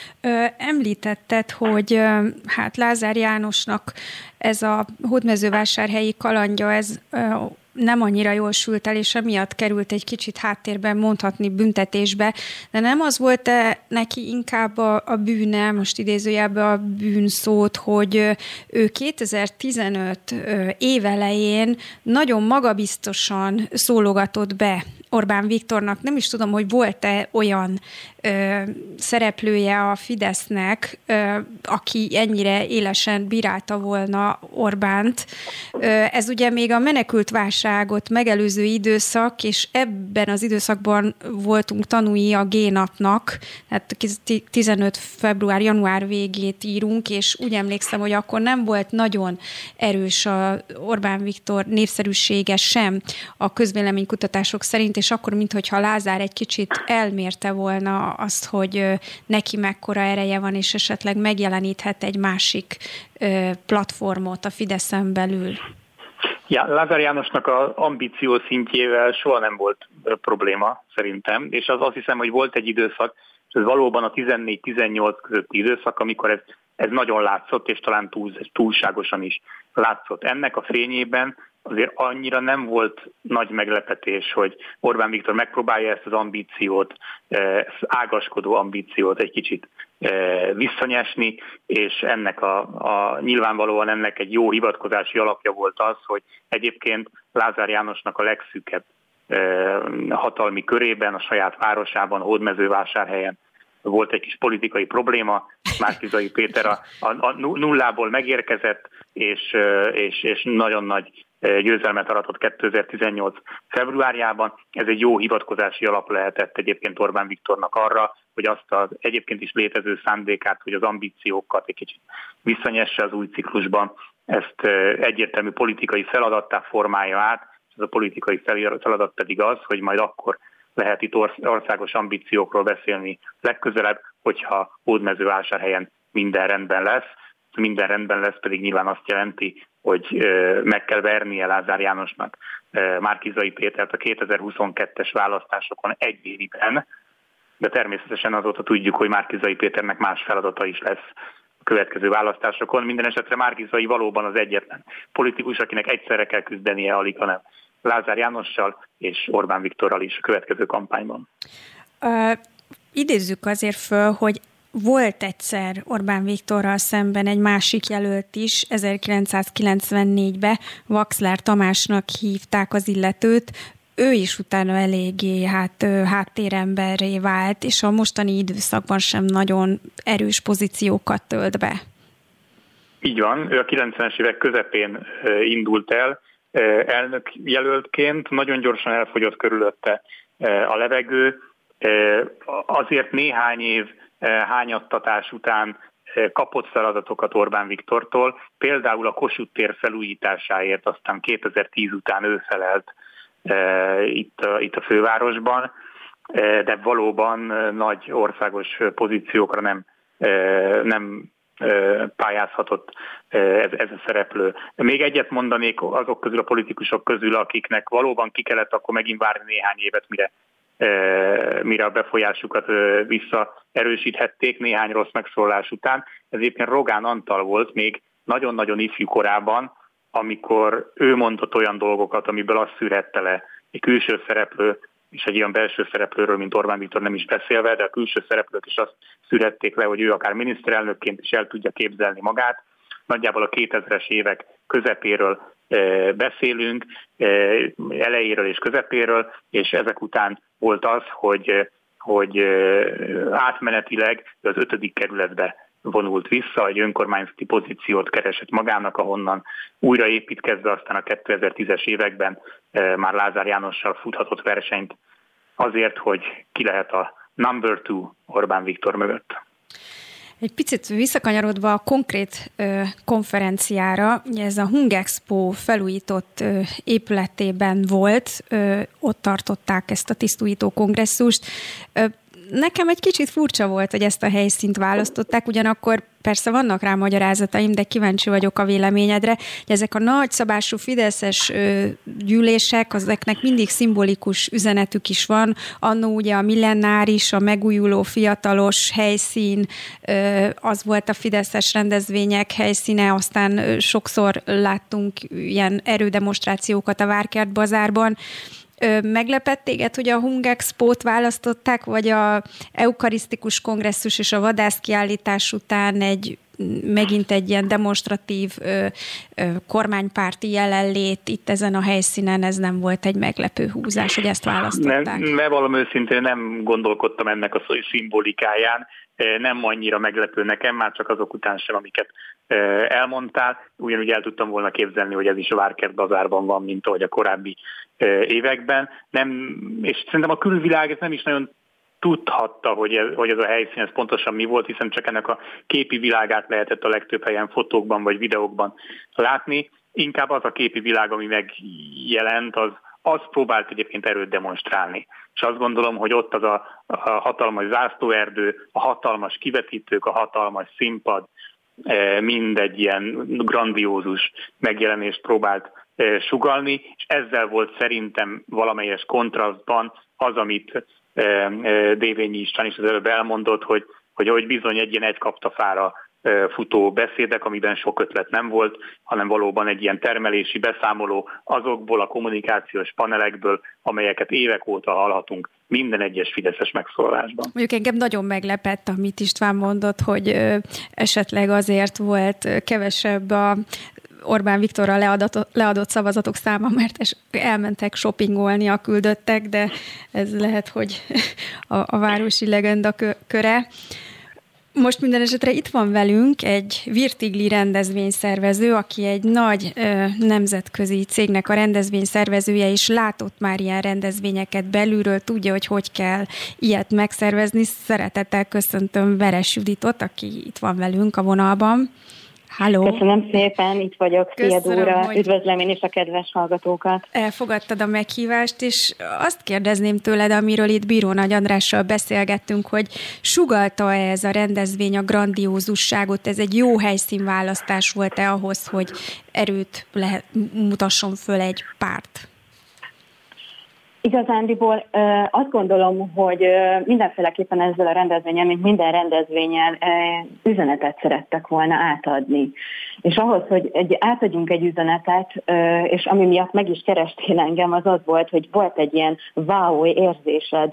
Speaker 2: Említetted, hogy hát Lázár Jánosnak ez a hódmezővásárhelyi kalandja, ez nem annyira jól sült el, és emiatt került egy kicsit háttérben, mondhatni büntetésbe, de nem az volt-e neki inkább a bűne, most idézőjelben a bűnszót, hogy ő 2015 évelején nagyon magabiztosan szólogatott be Orbán Viktornak. Nem is tudom, hogy volt-e olyan szereplője a Fidesznek, aki ennyire élesen bírálta volna Orbánt. Ez ugye még a menekültválságot megelőző időszak, és ebben az időszakban voltunk tanúi a G-napnak, hát 15 február-január végét írunk, és úgy emlékszem, hogy akkor nem volt nagyon erős a Orbán Viktor népszerűsége sem a közvéleménykutatások szerint, és akkor, minthogyha Lázár egy kicsit elmérte volna azt, hogy neki mekkora ereje van, és esetleg megjeleníthet egy másik platformot a Fideszen belül.
Speaker 3: Ja, Lázár Jánosnak az ambíció szintjével soha nem volt probléma, szerintem, és azt hiszem, hogy volt egy időszak, és ez valóban a 14-18 közötti időszak, amikor ez nagyon látszott, és talán túlságosan is látszott. Ennek a fényében azért annyira nem volt nagy meglepetés, hogy Orbán Viktor megpróbálja ezt az ambíciót, ezt ágaskodó ambíciót egy kicsit visszanyesni, és ennek nyilvánvalóan ennek egy jó hivatkozási alapja volt az, hogy egyébként Lázár Jánosnak a legszűkebb hatalmi körében, a saját városában, Hódmezővásárhelyen volt egy kis politikai probléma, Márki-Zay Péter a nullából megérkezett, és nagyon nagy győzelmet aratott 2018 februárjában. Ez egy jó hivatkozási alap lehetett egyébként Orbán Viktornak arra, hogy azt az egyébként is létező szándékát, hogy az ambíciókat egy kicsit visszanyesse az új ciklusban, ezt egyértelmű politikai feladattá formálja át, és ez a politikai feladat pedig az, hogy majd akkor lehet itt országos ambíciókról beszélni legközelebb, hogyha Hódmezővásárhelyen minden rendben lesz. Minden rendben lesz pedig nyilván azt jelenti, hogy meg kell vernie Lázár Jánosnak Márki-Zay Pétert a 2022-es választásokon egy évben, de természetesen azóta tudjuk, hogy Márki-Zay Péternek más feladata is lesz a következő választásokon. Minden esetre Márki-Zay valóban az egyetlen politikus, akinek egyszerre kell küzdenie alig, hanem Lázár Jánossal és Orbán Viktorral is a következő kampányban.
Speaker 2: Idézzük azért föl, hogy volt egyszer Orbán Viktorral szemben egy másik jelölt is, 1994-ben Vaxler Tamásnak hívták az illetőt, ő is utána eléggé háttéremberré vált, és a mostani időszakban sem nagyon erős pozíciókat tölt be.
Speaker 3: Így van, ő a 90-es évek közepén indult el elnök jelöltként, nagyon gyorsan elfogyott körülötte a levegő, azért néhány év hányattatás után kapott feladatokat Orbán Viktortól, például a Kossuth tér felújításáért, aztán 2010 után ő felelt itt a fővárosban. de valóban nagy országos pozíciókra nem pályázhatott ez a szereplő. Még egyet mondanék azok közül, a politikusok közül, akiknek valóban ki kellett akkor megint várni néhány évet, mire a befolyásukat visszaerősíthették néhány rossz megszólalás után. Ez éppen Rogán Antal volt még nagyon-nagyon ifjú korában, amikor ő mondott olyan dolgokat, amiből azt szűrhette le egy külső szereplő, és egy ilyen belső szereplőről, mint Orbán Viktor nem is beszélve, de a külső szereplők is azt szűrhették le, hogy ő akár miniszterelnökként is el tudja képzelni magát. Nagyjából a 2000-es évek közepéről beszélünk, elejéről és közepéről, és ezek után volt az, hogy átmenetileg az 5. kerületbe vonult vissza, egy önkormányzati pozíciót keresett magának, ahonnan újraépítkezve aztán a 2010-es években már Lázár Jánossal futhatott versenyt azért, hogy ki lehet a number 2 Orbán Viktor mögött.
Speaker 2: Egy picit visszakanyarodva a konkrét konferenciára, ez a Hungexpo felújított épületében volt, ott tartották ezt a tisztújító kongresszust. Nekem egy kicsit furcsa volt, hogy ezt a helyszínt választották, ugyanakkor persze vannak rá magyarázataim, de kíváncsi vagyok a véleményedre, hogy ezek a nagyszabású fideszes gyűlések, azoknak mindig szimbolikus üzenetük is van. Annó ugye a millenáris, a megújuló fiatalos helyszín, az volt a fideszes rendezvények helyszíne, aztán sokszor láttunk ilyen erődemonstrációkat a Várkert bazárban. Meglepett téged, hogy a Hungexpo-t választották, vagy a eukarisztikus kongresszus és a vadászkiállítás után megint egy ilyen demonstratív kormánypárti jelenlét itt ezen a helyszínen, ez nem volt egy meglepő húzás, hogy ezt választották?
Speaker 3: Valami őszintén nem gondolkodtam ennek a szimbolikáján, nem annyira meglepő nekem, már csak azok után sem, amiket elmondtál. Ugyanúgy el tudtam volna képzelni, hogy ez is a Várkert bazárban van, mint ahogy a korábbi években. És szerintem a külvilág ez nem is nagyon tudhatta, hogy ez a helyszín ez pontosan mi volt, hiszen csak ennek a képi világát lehetett a legtöbb helyen fotókban vagy videókban látni. Inkább az a képi világ, ami megjelent, az próbált egyébként erőt demonstrálni. És azt gondolom, hogy ott az a hatalmas zászlóerdő, a hatalmas kivetítők, a hatalmas színpad, mind egy ilyen grandiózus megjelenést próbált sugallni, és ezzel volt szerintem valamelyes kontrasztban az, amit Dévényi István is az előbb elmondott, hogy bizony egy ilyen egy kaptafára futó beszédek, amiben sok ötlet nem volt, hanem valóban egy ilyen termelési beszámoló azokból a kommunikációs panelekből, amelyeket évek óta hallhatunk minden egyes fideszes megszólalásban.
Speaker 2: Mondjuk engem nagyon meglepett, amit István mondott, hogy esetleg azért volt kevesebb a Orbán Viktorra leadott szavazatok száma, mert elmentek shoppingolni a küldöttek, de ez lehet, hogy a városi legenda köre. Most minden esetre itt van velünk egy Virtigli rendezvényszervező, aki egy nagy nemzetközi cégnek a rendezvényszervezője, és látott már ilyen rendezvényeket belülről, tudja, hogy kell ilyet megszervezni. Szeretettel köszöntöm Veres Juditot, aki itt van velünk a vonalban. Halló.
Speaker 5: Köszönöm szépen, itt vagyok. Szia Dóra, hogy üdvözlöm én is a kedves hallgatókat.
Speaker 2: Elfogadtad a meghívást, és azt kérdezném tőled, amiről itt Bíró Nagy Andrással beszélgettünk, hogy sugallta-e ez a rendezvény a grandiózusságot, ez egy jó helyszínválasztás volt-e ahhoz, hogy erőt mutasson föl egy párt?
Speaker 5: Igazándiból azt gondolom, hogy mindenféleképpen ezzel a rendezvényen, mint minden rendezvényen üzenetet szerettek volna átadni. És ahhoz, hogy átadjunk egy üzenetet, és ami miatt meg is kerestél engem, az volt, hogy volt egy ilyen wow érzésed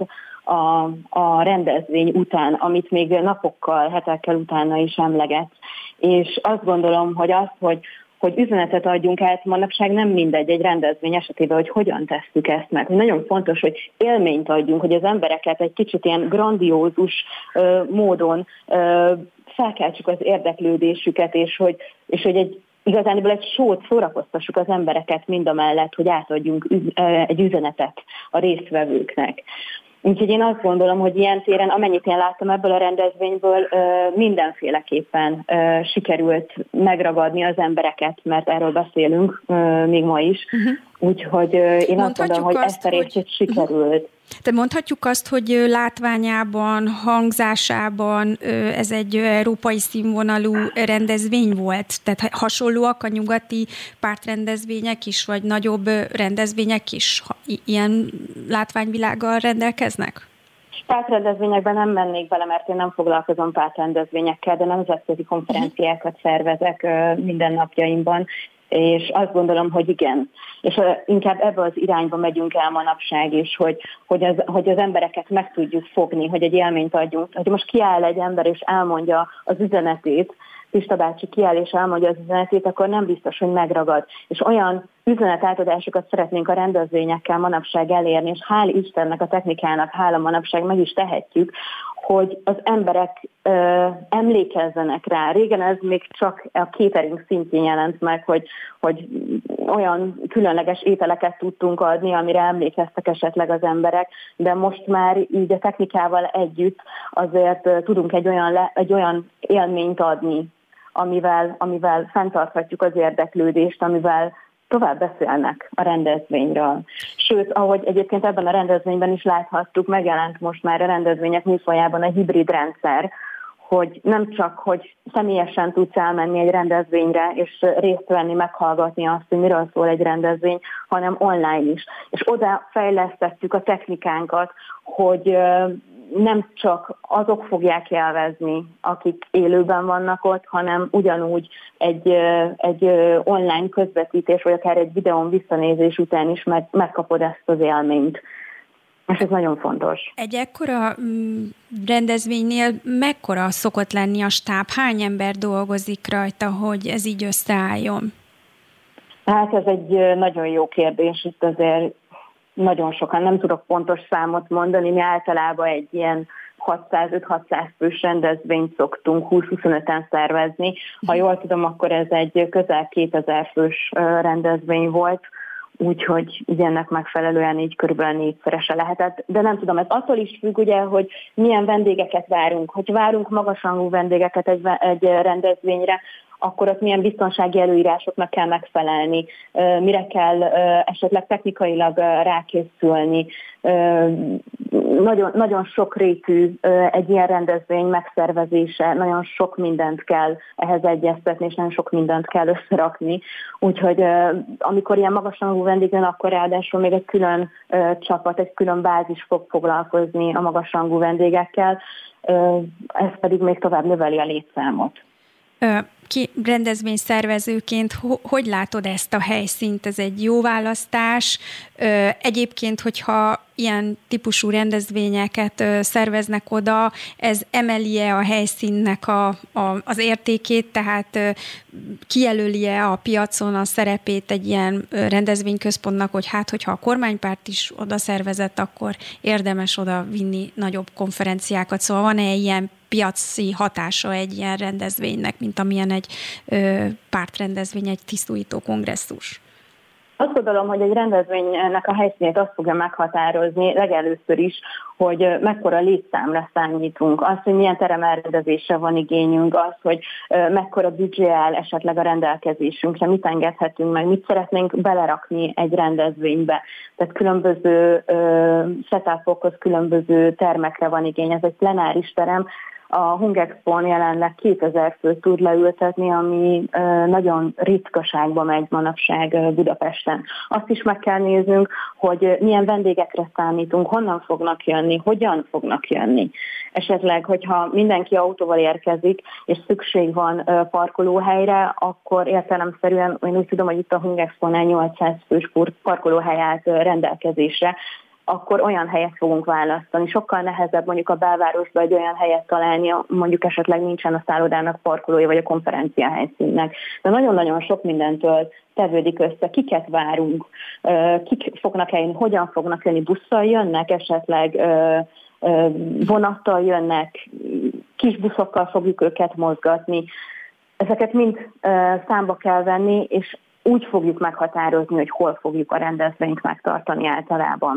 Speaker 5: a rendezvény után, amit még napokkal, hetekkel utána is emlegetsz. És azt gondolom, hogy hogy üzenetet adjunk át, manapság nem mindegy egy rendezvény esetében, hogy hogyan tesszük ezt meg. Nagyon fontos, hogy élményt adjunk, hogy az embereket egy kicsit ilyen grandiózus módon felkeltsük az érdeklődésüket, és hogy igazából egy sót szórakoztassuk az embereket mindamellett, hogy átadjunk egy üzenetet a résztvevőknek. Úgyhogy én azt gondolom, hogy ilyen téren, amennyit én láttam ebből a rendezvényből, mindenféleképpen sikerült megragadni az embereket, mert erről beszélünk még ma is. Úgyhogy én azt gondolom, hogy ezt a részét sikerült.
Speaker 2: De mondhatjuk azt, hogy látványában, hangzásában ez egy európai színvonalú rendezvény volt? Tehát hasonlóak a nyugati pártrendezvények is, vagy nagyobb rendezvények is ilyen látványvilággal rendelkeznek?
Speaker 5: Pártrendezvényekben nem mennék bele, mert én nem foglalkozom pártrendezvényekkel, de nemzetközi konferenciákat szervezek mindennapjaimban, és azt gondolom, hogy igen. És inkább ebbe az irányba megyünk el manapság is, hogy az embereket meg tudjuk fogni, hogy egy élményt adjunk. Hogy most kiáll egy ember és elmondja az üzenetét, Pista bácsi kiáll és elmondja az üzenetét, akkor nem biztos, hogy megragad. És olyan üzenetátadásokat szeretnénk a rendezvényekkel manapság elérni, és hál' Istennek, a technikának, hála manapság meg is tehetjük, hogy az emberek emlékezzenek rá. Régen ez még csak a catering szintjén jelent meg, hogy olyan különleges ételeket tudtunk adni, amire emlékeztek esetleg az emberek, de most már így a technikával együtt azért tudunk egy olyan élményt adni, amivel fenntarthatjuk az érdeklődést, amivel tovább beszélnek a rendezvényről. Sőt, ahogy egyébként ebben a rendezvényben is láthattuk, megjelent most már a rendezvények műfajában a hibrid rendszer, hogy nem csak, hogy személyesen tudsz elmenni egy rendezvényre, és részt venni, meghallgatni azt, hogy miről szól egy rendezvény, hanem online is. És oda fejlesztettük a technikánkat, hogy nem csak azok fogják élvezni, akik élőben vannak ott, hanem ugyanúgy egy online közvetítés, vagy akár egy videón visszanézés után is megkapod ezt az élményt. És ez nagyon fontos.
Speaker 2: Egy ekkora rendezvénynél mekkora szokott lenni a stáb? Hány ember dolgozik rajta, hogy ez így összeálljon?
Speaker 5: Hát ez egy nagyon jó kérdés. Itt azért nagyon sokan, nem tudok pontos számot mondani, mi általában egy ilyen 600-600 fős rendezvényt szoktunk 20-25-en szervezni. Ha jól tudom, akkor ez egy közel 2000 fős rendezvény volt, úgyhogy ennek megfelelően így körülbelül 4-szerese lehetett. De nem tudom, ez attól is függ, ugye, hogy milyen vendégeket várunk. Hogy várunk magasrangú vendégeket egy rendezvényre, akkor ott milyen biztonsági előírásoknak kell megfelelni, mire kell esetleg technikailag rákészülni. Nagyon, nagyon sokrétű egy ilyen rendezvény megszervezése, nagyon sok mindent kell ehhez egyeztetni, és nagyon sok mindent kell összerakni. Úgyhogy amikor ilyen magasrangú vendég jön, akkor ráadásul még egy külön csapat, egy külön bázis fog foglalkozni a magasrangú vendégekkel, ez pedig még tovább növeli a létszámot.
Speaker 2: Rendezvényszervezőként hogy látod ezt a helyszínt? Ez egy jó választás. Egyébként, hogyha ilyen típusú rendezvényeket szerveznek oda, ez emeli-e a helyszínnek az értékét, tehát kijelöli-e a piacon a szerepét egy ilyen rendezvényközpontnak, hogy hogyha a kormánypárt is oda szervezett, akkor érdemes oda vinni nagyobb konferenciákat. Szóval van-e ilyen piaci hatása egy ilyen rendezvénynek, mint amilyen egy pártrendezvény, egy tisztújító kongresszus?
Speaker 5: Azt gondolom, hogy egy rendezvénynek a helyszínét azt fogja meghatározni legelőször is, hogy mekkora létszámra számítunk, az, hogy milyen terem-elrendezésre van igényünk, az, hogy mekkora büdzsé áll esetleg a rendelkezésünkre, mit engedhetünk meg, mit szeretnénk belerakni egy rendezvénybe. Tehát különböző setupokhoz, különböző termekre van igény. Ez egy plenáris terem. A Hungexpón jelenleg 2000 főt tud leültetni, ami nagyon ritkaságba megy manapság Budapesten. Azt is meg kell néznünk, hogy milyen vendégekre számítunk, honnan fognak jönni, hogyan fognak jönni. Esetleg, hogyha mindenki autóval érkezik, és szükség van parkolóhelyre, akkor értelemszerűen, én úgy tudom, hogy itt a Hungexpónál 800 fős parkolóhely állt rendelkezésre, akkor olyan helyet fogunk választani. Sokkal nehezebb mondjuk a belvárosban egy olyan helyet találni, mondjuk esetleg nincsen a szállodának parkolója, vagy a konferencia helyszínnek. De nagyon-nagyon sok mindentől tevődik össze, kiket várunk, kik fognak eljönni, hogyan fognak jönni, busszal jönnek, esetleg vonattal jönnek, kis buszokkal fogjuk őket mozgatni. Ezeket mind számba kell venni, és úgy fogjuk meghatározni, hogy hol fogjuk a rendezvényt megtartani általában.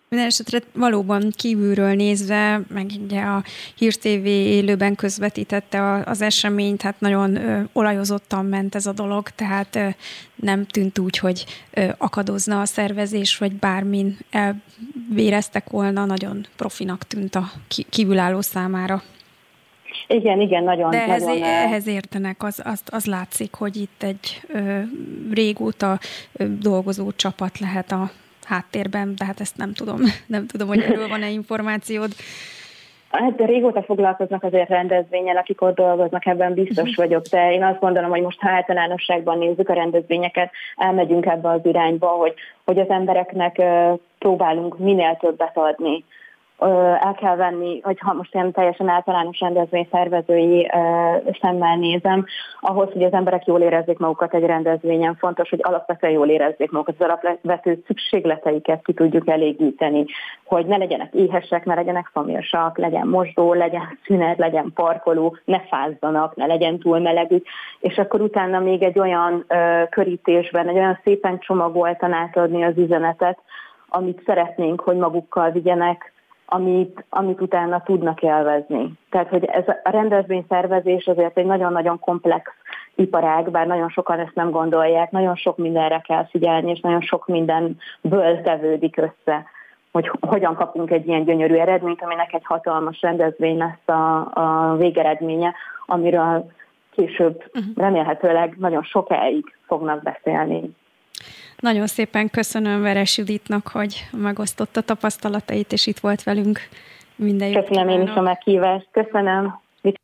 Speaker 2: Mindenesetre valóban kívülről nézve, meg ugye a Hír TV élőben közvetítette az eseményt, hát nagyon olajozottan ment ez a dolog, tehát nem tűnt úgy, hogy akadozna a szervezés, vagy bármin elvéreztek volna, nagyon profinak tűnt a kívülálló számára.
Speaker 5: Igen, nagyon.
Speaker 2: De ehhez értenek, az látszik, hogy itt egy régóta dolgozó csapat lehet a háttérben, de hát ezt nem tudom, hogy erről van-e információd.
Speaker 5: Hát régóta foglalkoznak azért rendezvényen, akik ott dolgoznak, ebben biztos vagyok, de én azt gondolom, hogy most ha általánosságban nézzük a rendezvényeket, elmegyünk ebbe az irányba, hogy az embereknek próbálunk minél többet adni. El kell venni, hogyha most én teljesen általános rendezvény szervezői szemmel nézem, ahhoz, hogy az emberek jól érezzék magukat egy rendezvényen, fontos, hogy alapvetően jól érezzék magukat, az alapvető szükségleteiket ki tudjuk elégíteni, hogy ne legyenek éhesek, ne legyenek szomjasak, legyen mosdó, legyen szünet, legyen parkoló, ne fázzanak, ne legyen túl melegük, és akkor utána még egy olyan körítésben, egy olyan szépen csomagoltan átadni az üzenetet, amit szeretnénk, hogy magukkal vigyenek, amit utána tudnak élvezni. Tehát, hogy ez a rendezvényszervezés azért egy nagyon-nagyon komplex iparág, bár nagyon sokan ezt nem gondolják, nagyon sok mindenre kell figyelni, és nagyon sok mindenből tevődik össze, hogy hogyan kapunk egy ilyen gyönyörű eredményt, aminek egy hatalmas rendezvény lesz a végeredménye, amiről később remélhetőleg nagyon sokáig fognak beszélni.
Speaker 2: Nagyon szépen köszönöm Veres Juditnak, hogy megosztotta tapasztalatait, és itt volt velünk. Minden jót
Speaker 5: Köszönöm én is a meghívást. Köszönöm.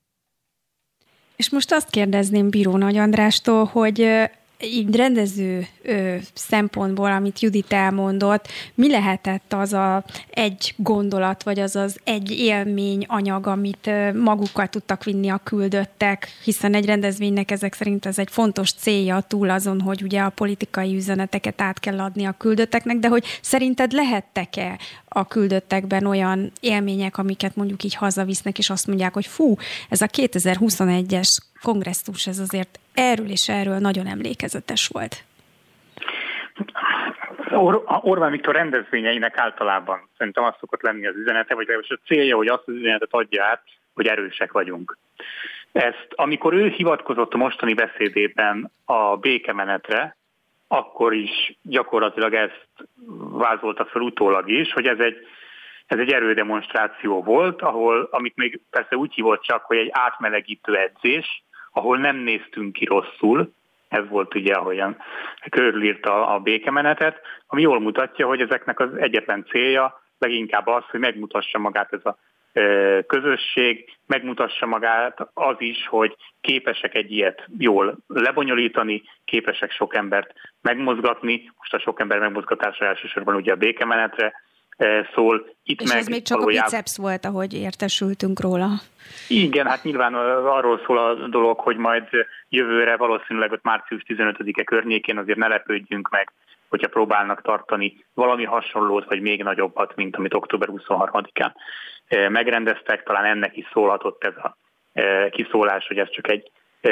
Speaker 2: És most azt kérdezném Bíró Nagy Andrástól, hogy így rendező szempontból, amit Judit elmondott, mi lehetett az egy gondolat, vagy az egy élmény anyag, amit magukkal tudtak vinni a küldöttek, hiszen egy rendezvénynek ezek szerint ez egy fontos célja túl azon, hogy ugye a politikai üzeneteket át kell adni a küldötteknek, de hogy szerinted lehettek-e a küldöttekben olyan élmények, amiket mondjuk így hazavisznek, és azt mondják, hogy fú, ez a 2021-es kongresszus, ez azért erről és erről nagyon emlékezetes volt.
Speaker 3: Orbán Viktor rendezvényeinek általában szerintem az szokott lenni az üzenete, vagy legalábbis a célja, hogy azt az üzenetet adja át, hogy erősek vagyunk. Ezt, amikor ő hivatkozott a mostani beszédében a békemenetre, akkor is gyakorlatilag ezt vázolta fel utólag is, hogy ez egy erődemonstráció volt, amit még persze úgy hívott csak, hogy egy átmelegítő edzés, ahol nem néztünk ki rosszul, ez volt ugye, ahogyan körülírta a békemenetet, ami jól mutatja, hogy ezeknek az egyetlen célja leginkább az, hogy megmutassa magát ez a közösség, megmutassa magát az is, hogy képesek egy ilyet jól lebonyolítani, képesek sok embert megmozgatni, most a sok ember megmozgatása elsősorban ugye a békemenetre szól. Itt
Speaker 2: és
Speaker 3: meg
Speaker 2: ez még csak a biceps volt, ahogy értesültünk róla.
Speaker 3: Igen, hát nyilván arról szól a dolog, hogy majd jövőre, valószínűleg ott március 15-e környékén azért ne lepődjünk meg, hogyha próbálnak tartani valami hasonlót, vagy még nagyobbat, mint amit október 23-án megrendeztek. Talán ennek is szólhatott ez a kiszólás, hogy ez csak egy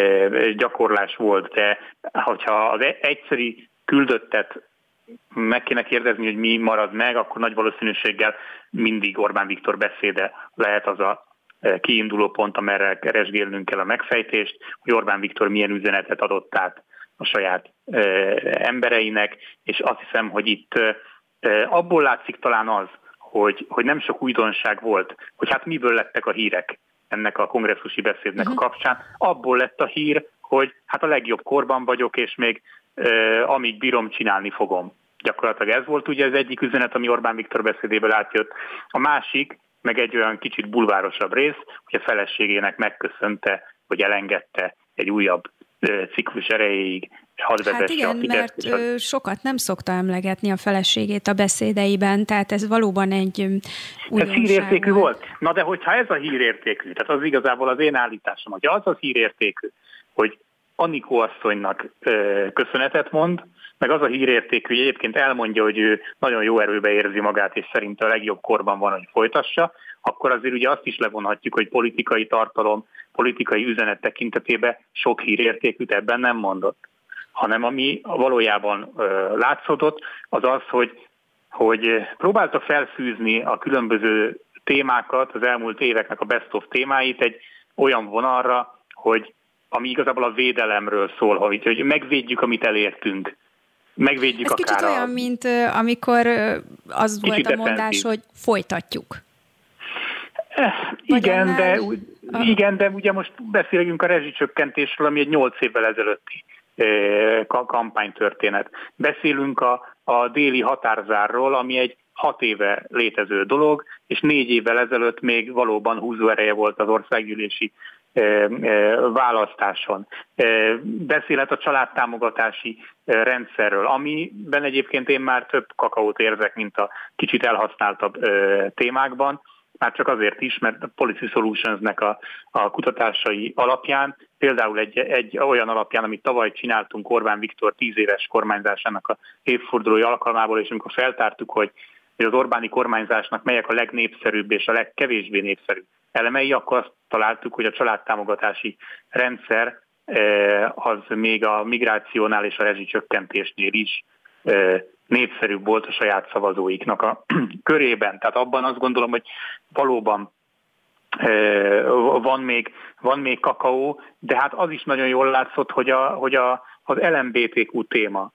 Speaker 3: gyakorlás volt, de hogyha az egyszeri küldöttet meg kéne kérdezni, hogy mi marad meg, akkor nagy valószínűséggel mindig Orbán Viktor beszéde lehet az a kiinduló pont, amerre keresgélnünk kell a megfejtést, hogy Orbán Viktor milyen üzenetet adott át a saját embereinek, és azt hiszem, hogy itt abból látszik talán az, hogy nem sok újdonság volt, hogy hát miből lettek a hírek ennek a kongresszusi beszédnek a kapcsán. Abból lett a hír, hogy hát a legjobb korban vagyok, és még amíg bírom, csinálni fogom. Gyakorlatilag ez volt ugye az egyik üzenet, ami Orbán Viktor beszédéből átjött. A másik, meg egy olyan kicsit bulvárosabb rész, hogy a feleségének megköszönte, hogy elengedte egy újabb ciklus erejéig, hadd vezesse
Speaker 2: hát igen,
Speaker 3: a Fideszt.
Speaker 2: mert sokat nem szokta emlegetni a feleségét a beszédeiben, tehát ez valóban egy újdonság.
Speaker 3: Ez hírértékű volt? Na de hogyha ez a hírértékű, tehát az igazából az én állításom, hogy az az hírértékű, hogy Anikó asszonynak köszönetet mond, meg az a hírértékű, hogy egyébként elmondja, hogy ő nagyon jó erőbe érzi magát, és szerinte a legjobb korban van, hogy folytassa, akkor azért ugye azt is levonhatjuk, hogy politikai tartalom, politikai üzenet tekintetében sok hírértékűt ebben nem mondott. Hanem ami valójában látszódott, az az, hogy hogy próbálta felfűzni a különböző témákat, az elmúlt éveknek a best of témáit egy olyan vonalra, hogy ami igazából a védelemről szól, hogy megvédjük, amit elértünk. Megvédjük
Speaker 2: ez
Speaker 3: akár
Speaker 2: kicsit olyan, mint amikor az volt a mondás, hogy folytatjuk.
Speaker 3: Igen, de ugye most beszélünk a rezsicsökkentésről, ami egy 8 évvel ezelőtti kampánytörténet. Beszélünk a déli határzárról, ami egy 6 éve létező dolog, és 4 évvel ezelőtt még valóban húzóereje volt az országgyűlési választáson. Beszélhet a családtámogatási rendszerről, amiben egyébként én már több kakaót érzek, mint a kicsit elhasználtabb témákban, már csak azért is, mert a Policy Solutions-nek a kutatásai alapján, például egy olyan alapján, amit tavaly csináltunk Orbán Viktor 10 éves kormányzásának a évfordulói alkalmából, és amikor feltártuk, hogy az Orbáni kormányzásnak melyek a legnépszerűbb és a legkevésbé népszerűbb elemei, akkor azt találtuk, hogy a családtámogatási rendszer az még a migrációnál és a rezsicsökkentésnél is népszerűbb volt a saját szavazóiknak a körében. Tehát abban azt gondolom, hogy valóban van még kakaó, de hát az is nagyon jól látszott, hogy az LMBTQ téma,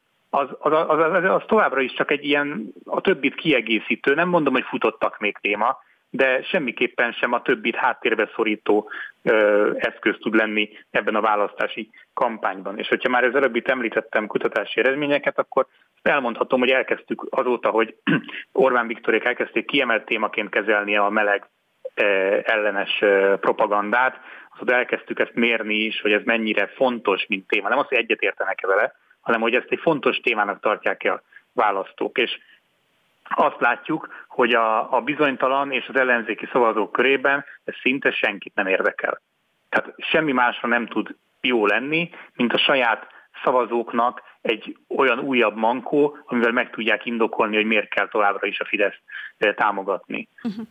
Speaker 3: az továbbra is csak egy ilyen a többit kiegészítő, nem mondom, hogy futottak még téma, de semmiképpen sem a többit háttérbe szorító eszköz tud lenni ebben a választási kampányban. És hogyha már az előbb említettem kutatási eredményeket, akkor elmondhatom, hogy elkezdtük azóta, hogy Orbán Viktorék elkezdték kiemelt témaként kezelni a meleg ellenes propagandát, azóta elkezdtük ezt mérni is, hogy ez mennyire fontos, mint téma. Nem az, hogy egyetértenek-e vele, hanem hogy ezt egy fontos témának tartják-e a választók. És azt látjuk, hogy a bizonytalan és az ellenzéki szavazók körében ez szinte senkit nem érdekel. Tehát semmi másra nem tud jó lenni, mint a saját szavazóknak egy olyan újabb mankó, amivel meg tudják indokolni, hogy miért kell továbbra is a Fideszt támogatni.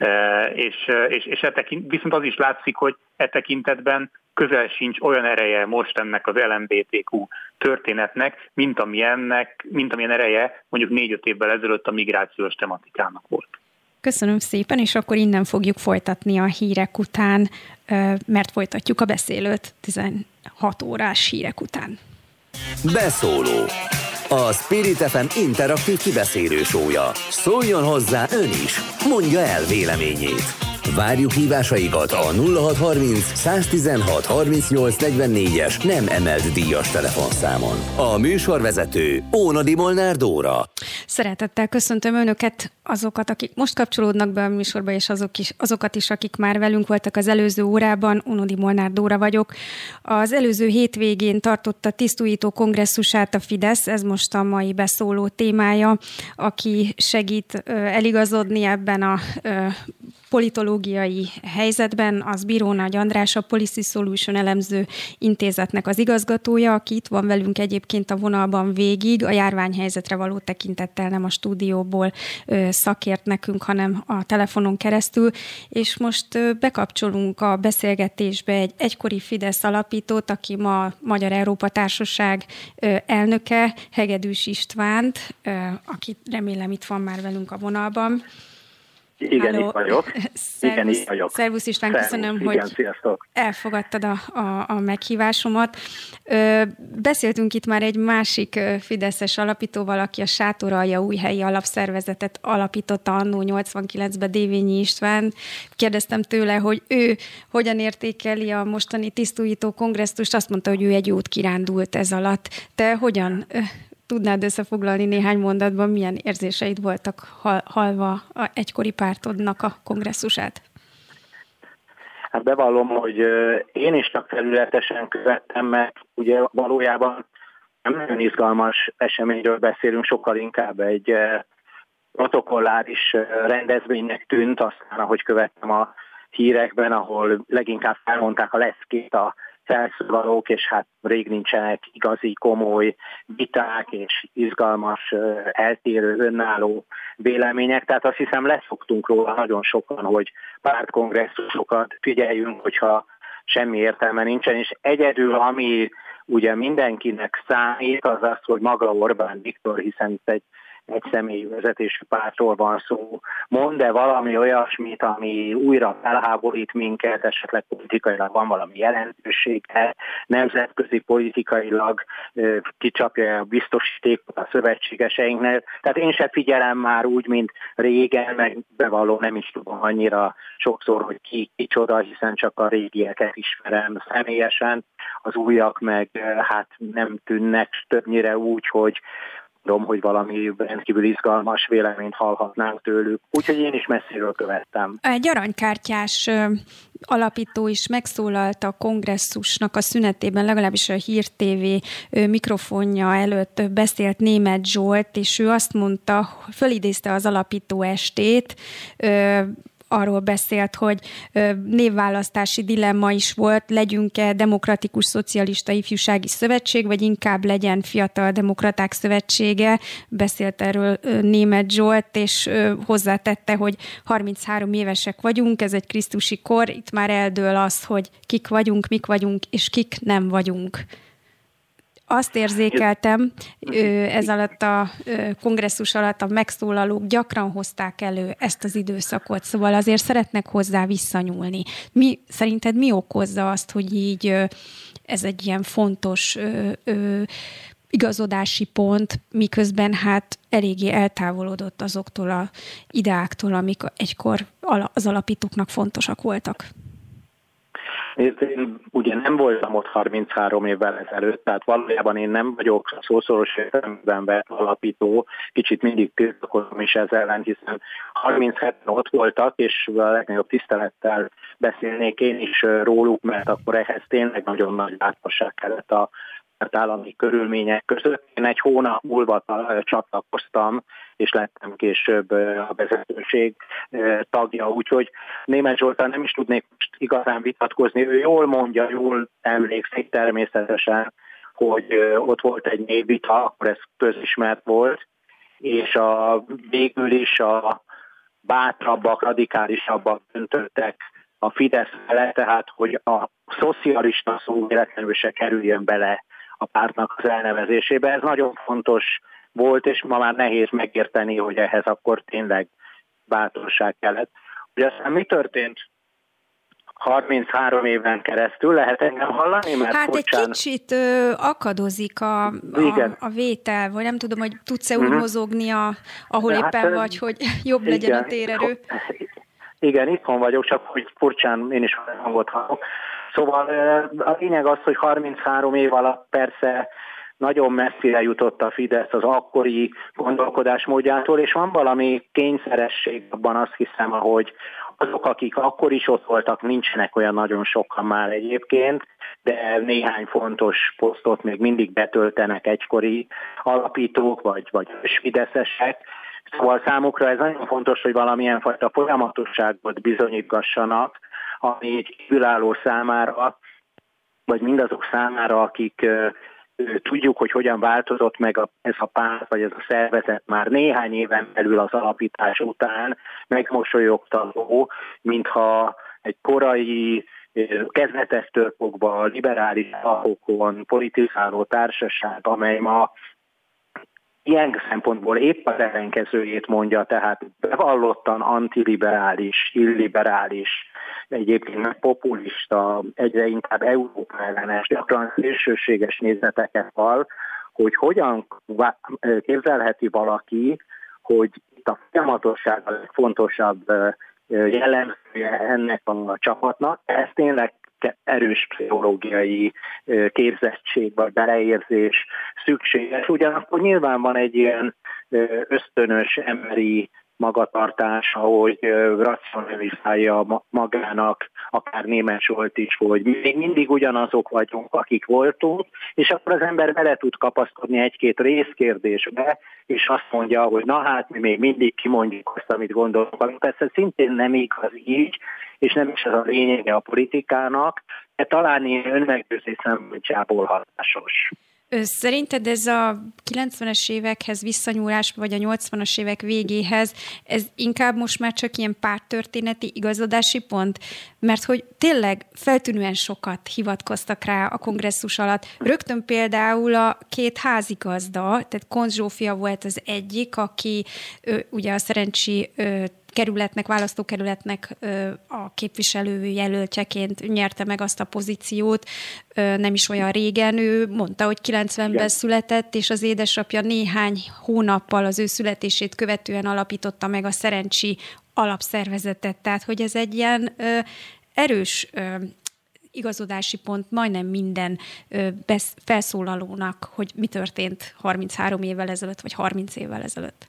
Speaker 3: És viszont az is látszik, hogy e tekintetben közel sincs olyan ereje most ennek az LMBTQ történetnek, mint amilyen ereje mondjuk 4-5 évvel ezelőtt a migrációs tematikának volt.
Speaker 2: Köszönöm szépen, és akkor innen fogjuk folytatni a hírek után, mert folytatjuk a beszélőt 16 órás hírek után.
Speaker 1: Beszóló. A Spirit FM interaktív kibeszélő show-ja. Szóljon hozzá ön is, mondja el véleményét. Várjuk hívásaikat a 0630 116 38 44-es nem emelt díjas telefonszámon. A műsorvezető Ónodi Molnár Dóra.
Speaker 2: Szeretettel köszöntöm Önöket, azokat, akik most kapcsolódnak be a műsorba, és azokat is, akik már velünk voltak az előző órában. Ónodi Molnár Dóra vagyok. Az előző hétvégén tartotta tisztújító kongresszusát a Fidesz, ez most a mai beszóló témája, aki segít eligazodni ebben a politológiai helyzetben, az Bíró Nagy András, a Policy Solution elemző intézetnek az igazgatója, aki itt van velünk egyébként a vonalban végig, a járványhelyzetre való tekintettel nem a stúdióból szakért nekünk, hanem a telefonon keresztül, és most bekapcsolunk a beszélgetésbe egy egykori Fidesz alapítót, aki ma Magyar Európa Társaság elnöke, Hegedűs Istvánt, aki remélem itt van már velünk a vonalban.
Speaker 6: Igen, itt vagyok.
Speaker 2: Szervusz István, köszönöm, hogy elfogadtad a meghívásomat. Beszéltünk itt már egy másik fideszes alapítóval, aki a Sátoraljaújhelyi Alapszervezetet alapította annó 89-ben, Dévényi István. Kérdeztem tőle, hogy ő hogyan értékeli a mostani tisztújító kongresszust. Azt mondta, hogy ő egy jót kirándult ez alatt. Te hogyan tudnád összefoglalni néhány mondatban, milyen érzéseid voltak hallva a egykori pártodnak a kongresszusát?
Speaker 6: Hát bevallom, hogy én is csak felületesen követtem, mert ugye valójában nem nagyon izgalmas eseményről beszélünk, sokkal inkább egy protokolláris rendezvénynek tűnt, aztán ahogy követtem a hírekben, ahol leginkább felmondták a leckét a felszólalók, és hát rég nincsenek igazi, komoly viták és izgalmas, eltérő, önálló vélemények. Tehát azt hiszem leszoktunk róla nagyon sokan, hogy pártkongresszusokat figyeljünk, hogyha semmi értelme nincsen, és egyedül, ami ugye mindenkinek számít, az az, hogy maga Orbán Viktor, hiszen itt egy egy személyű vezetésű pártról van szó, mond-e valami olyasmit, ami újra felháborít minket, esetleg politikailag van valami jelentősége, nemzetközi politikailag kicsapja a biztosítékot a szövetségeseinknél. Tehát én se figyelem már úgy, mint régen, meg bevallom, nem is tudom annyira sokszor, hogy ki kicsoda, hiszen csak a régieket ismerem személyesen, az újak meg hát nem tűnnek többnyire úgy, hogy valami rendkívül izgalmas véleményt hallhatnánk tőlük. Úgyhogy én is messziről követtem.
Speaker 2: Egy aranykártyás alapító is megszólalt a kongresszusnak a szünetében, legalábbis a Hír TV mikrofonja előtt beszélt Németh Zsolt, és ő azt mondta, fölidézte az alapító estét, arról beszélt, hogy névválasztási dilemma is volt, legyünk-e Demokratikus Szocialista Ifjúsági Szövetség, vagy inkább legyen Fiatal Demokraták Szövetsége. Beszélt erről Németh Zsolt, és hozzátette, hogy 33 évesek vagyunk, ez egy krisztusi kor, itt már eldől az, hogy kik vagyunk, mik vagyunk, és kik nem vagyunk. Azt érzékeltem, ez alatt a kongresszus alatt a megszólalók gyakran hozták elő ezt az időszakot, szóval azért szeretnek hozzá visszanyúlni. Szerinted mi okozza azt, hogy így ez egy ilyen fontos igazodási pont, miközben hát eléggé eltávolodott azoktól az ideáktól, amik egykor az alapítóknak fontosak voltak?
Speaker 6: Én ugye nem voltam ott 33 évvel ezelőtt, tehát valójában én nem vagyok szószoros értelemben vett alapító, kicsit mindig tiltakozom is ezzel ellen, hiszen 37-en ott voltak, és a legnagyobb tisztelettel beszélnék én is róluk, mert akkor ehhez tényleg nagyon nagy bátorság kellett a állami körülmények között. Én egy hónap múlva csatlakoztam, és lettem később a vezetőség tagja, úgyhogy Németh Zsolttal nem is tudnék most igazán vitatkozni. Ő jól mondja, jól emlékszik természetesen, hogy ott volt egy névvita, akkor ez közismert volt, és végül is a bátrabbak, radikálisabbak döntöttek a Fidesz felett, tehát hogy a szocialista szó véletlenül se kerüljön bele a pártnak az elnevezésébe. Ez nagyon fontos volt, és ma már nehéz megérteni, hogy ehhez akkor tényleg bátorság kellett. Ugye aztán mi történt 33 éven keresztül? Lehet engem hallani? Mert
Speaker 2: hát egy kicsit akadozik a vétel, vagy nem tudom, hogy tudsz-e úgy mozogni, ahol éppen vagy, hogy jobb legyen a térerő.
Speaker 6: Igen, itthon vagyok, csak hogy furcsán én is hangot hallok. Szóval a lényeg az, hogy 33 év alatt persze nagyon messzire jutott a Fidesz az akkori gondolkodásmódjától, és van valami kényszeresség abban, azt hiszem, hogy azok, akik akkor is ott voltak, nincsenek olyan nagyon sokan már egyébként, de néhány fontos posztot még mindig betöltenek egykori alapítók, vagy fideszesek. Szóval számukra ez nagyon fontos, hogy valamilyen fajta folyamatosságot bizonyítgassanak, ami egy kívülálló számára, vagy mindazok számára, akik tudjuk, hogy hogyan változott meg ez a párt, vagy ez a szervezet már néhány éven belül az alapítás után megmosolyogtató, mintha egy korai, kezdetektől fogva liberális alapokon politizáló társaság, amely ma ilyen szempontból épp az ellenkezőjét mondja, tehát bevallottan antiliberális, illiberális, egyébként populista, egyre inkább Európa ellenes, gyakran szélsőséges nézeteket vall, hogy hogyan képzelheti valaki, hogy itt a folyamatosság a legfontosabb jellemzője ennek a csapatnak. Ez tényleg erős pszichológiai képzettség vagy beleérzés szükséges. Ugyanakkor nyilván van egy ilyen ösztönös emberi magatartás, ahogy racionalizálja magának, akár Németh Zsolt is, hogy még mindig ugyanazok vagyunk, akik voltunk, és akkor az ember bele tud kapaszkodni egy-két részkérdésbe, és azt mondja, hogy na hát mi még mindig kimondjuk azt, amit gondolunk. Persze szintén nem igaz így, és nem is ez a lényege a politikának, de talán ilyen önmeggyőzés szempontjából hatásos.
Speaker 2: Szerinted ez a 90-es évekhez visszanyúlás, vagy a 80-as évek végéhez, ez inkább most már csak ilyen párttörténeti igazodási pont? Mert hogy tényleg feltűnően sokat hivatkoztak rá a kongresszus alatt. Rögtön például a két házigazda, tehát Koncz Zsófia volt az egyik, aki ugye a Szerencsi választókerületnek a képviselő jelöltjeként nyerte meg azt a pozíciót, nem is olyan régen. Ő mondta, hogy 90-ben született, és az édesapja néhány hónappal az ő születését követően alapította meg a Szerencsi alapszervezetet. Tehát, hogy ez egy ilyen erős igazodási pont majdnem minden felszólalónak, hogy mi történt 33 évvel ezelőtt, vagy 30 évvel ezelőtt.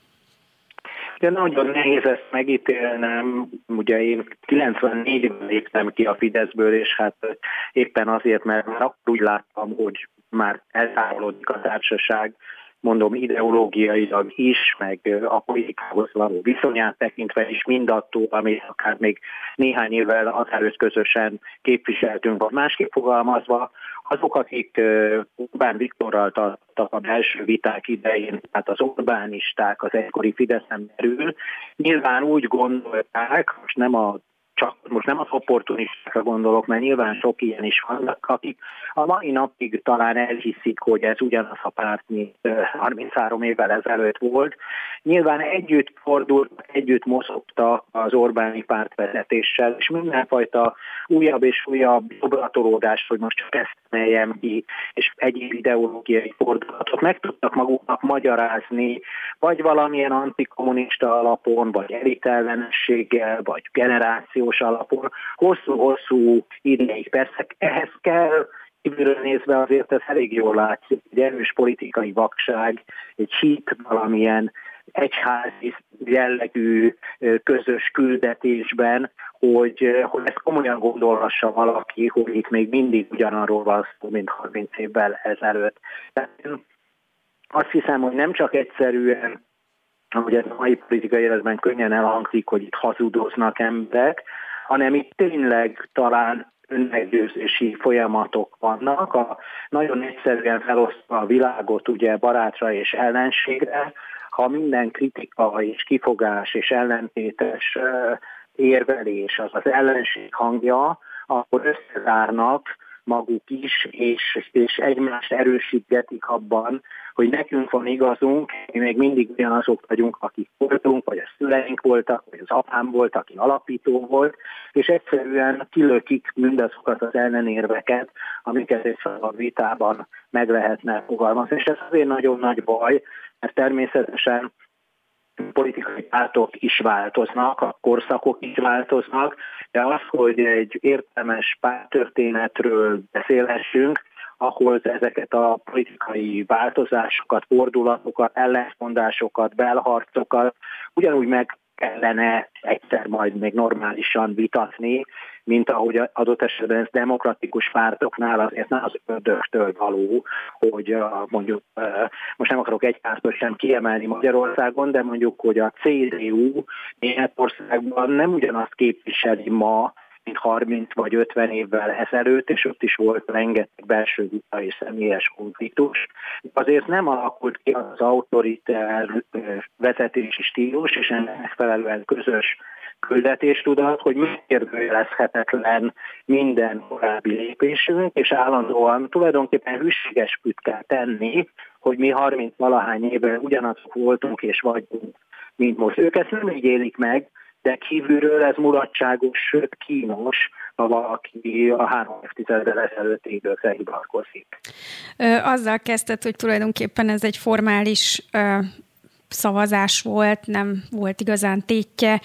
Speaker 6: De nagyon nehéz ezt megítélnem. Ugye én 94-ben léptem ki a Fideszből, és hát éppen azért, mert már akkor úgy láttam, hogy már eltávolodik a társaság, mondom ideológiailag is, meg a politikához való viszonyát tekintve is mindattól, amit akár még néhány évvel azelőtt közösen képviseltünk, vagy másképp fogalmazva, azok, akik Orbán Viktorral tartottak a belső viták idején, tehát az Orbánisták az egykori Fideszen belül, nyilván úgy gondolták, most nem az opportunistákra gondolok, mert nyilván sok ilyen is vannak, akik a mai napig talán elhiszik, hogy ez ugyanaz a párt, mint 33 évvel ezelőtt volt. Nyilván együtt fordultak, együtt mozogtak az Orbáni pártvezetéssel, és mindenfajta újabb és újabb jobbratolódás, hogy most csak ezt emeljem ki, és egyéb ideológiai fordulatot meg tudtak maguknak magyarázni, vagy valamilyen antikommunista alapon, vagy elitellenességgel, vagy generációs alapon, hosszú-hosszú ideig. Persze ehhez kell, kívülről nézve azért ez elég jól látszik, egy erős politikai vakság, egy hit valamilyen egyházi jellegű közös küldetésben, hogy ezt komolyan gondolhassa valaki, hogy itt még mindig ugyanarról van szó, mint 30 évvel ezelőtt. Tehát azt hiszem, hogy nem csak egyszerűen, ahogy ez a mai politikai életben könnyen elhangzik, hogy itt hazudoznak emberek, hanem itt tényleg talán önmeggyőzési folyamatok vannak. Nagyon egyszerűen felosztva a világot ugye barátra és ellenségre, ha minden kritika és kifogás és ellentétes érvelés az az ellenség hangja, akkor összezárnak maguk is, és egymást erősítetik abban, hogy nekünk van igazunk, mi még mindig ugyanazok vagyunk, akik voltunk, vagy a szüleink voltak, vagy az apám volt, aki alapító volt, és egyszerűen kilökik mindazokat az ellenérveket, amiket egy szabad vitában meg lehetne fogalmazni. És ez azért nagyon nagy baj, mert természetesen politikai pártok is változnak, a korszakok is változnak, de az, hogy egy értelmes párttörténetről beszélhessünk, ahol ezeket a politikai változásokat, fordulatokat, ellentmondásokat, belharcokat ugyanúgy meg kellene egyszer majd még normálisan vitatni, mint ahogy adott esetben ez demokratikus pártoknál azért nem az ördögtől való, hogy mondjuk, most nem akarok egy pártot sem kiemelni Magyarországon, de mondjuk, hogy a CDU Németországban nem ugyanazt képviseli ma, mint 30 vagy 50 évvel ezelőtt, és ott is volt rengeteg belső vita és személyes konfliktus. Azért nem alakult ki az autoriter vezetési stílus, és ennek megfelelően közös küldetéstudat, hogy megkérdőjelezhetetlen minden korábbi lépésünk, és állandóan tulajdonképpen hűségesküt kell tenni, hogy mi 30-valahány évvel ugyanazok voltunk és vagyunk, mint most. Ők ezt nem így élik meg, de kívülről ez mulatságos, sőt kínos, ha valaki a 3 évtizeddel ezelőtt időkre hivatkozik.
Speaker 2: Azzal kezdted, hogy tulajdonképpen ez egy formális szavazás volt, nem volt igazán tétje,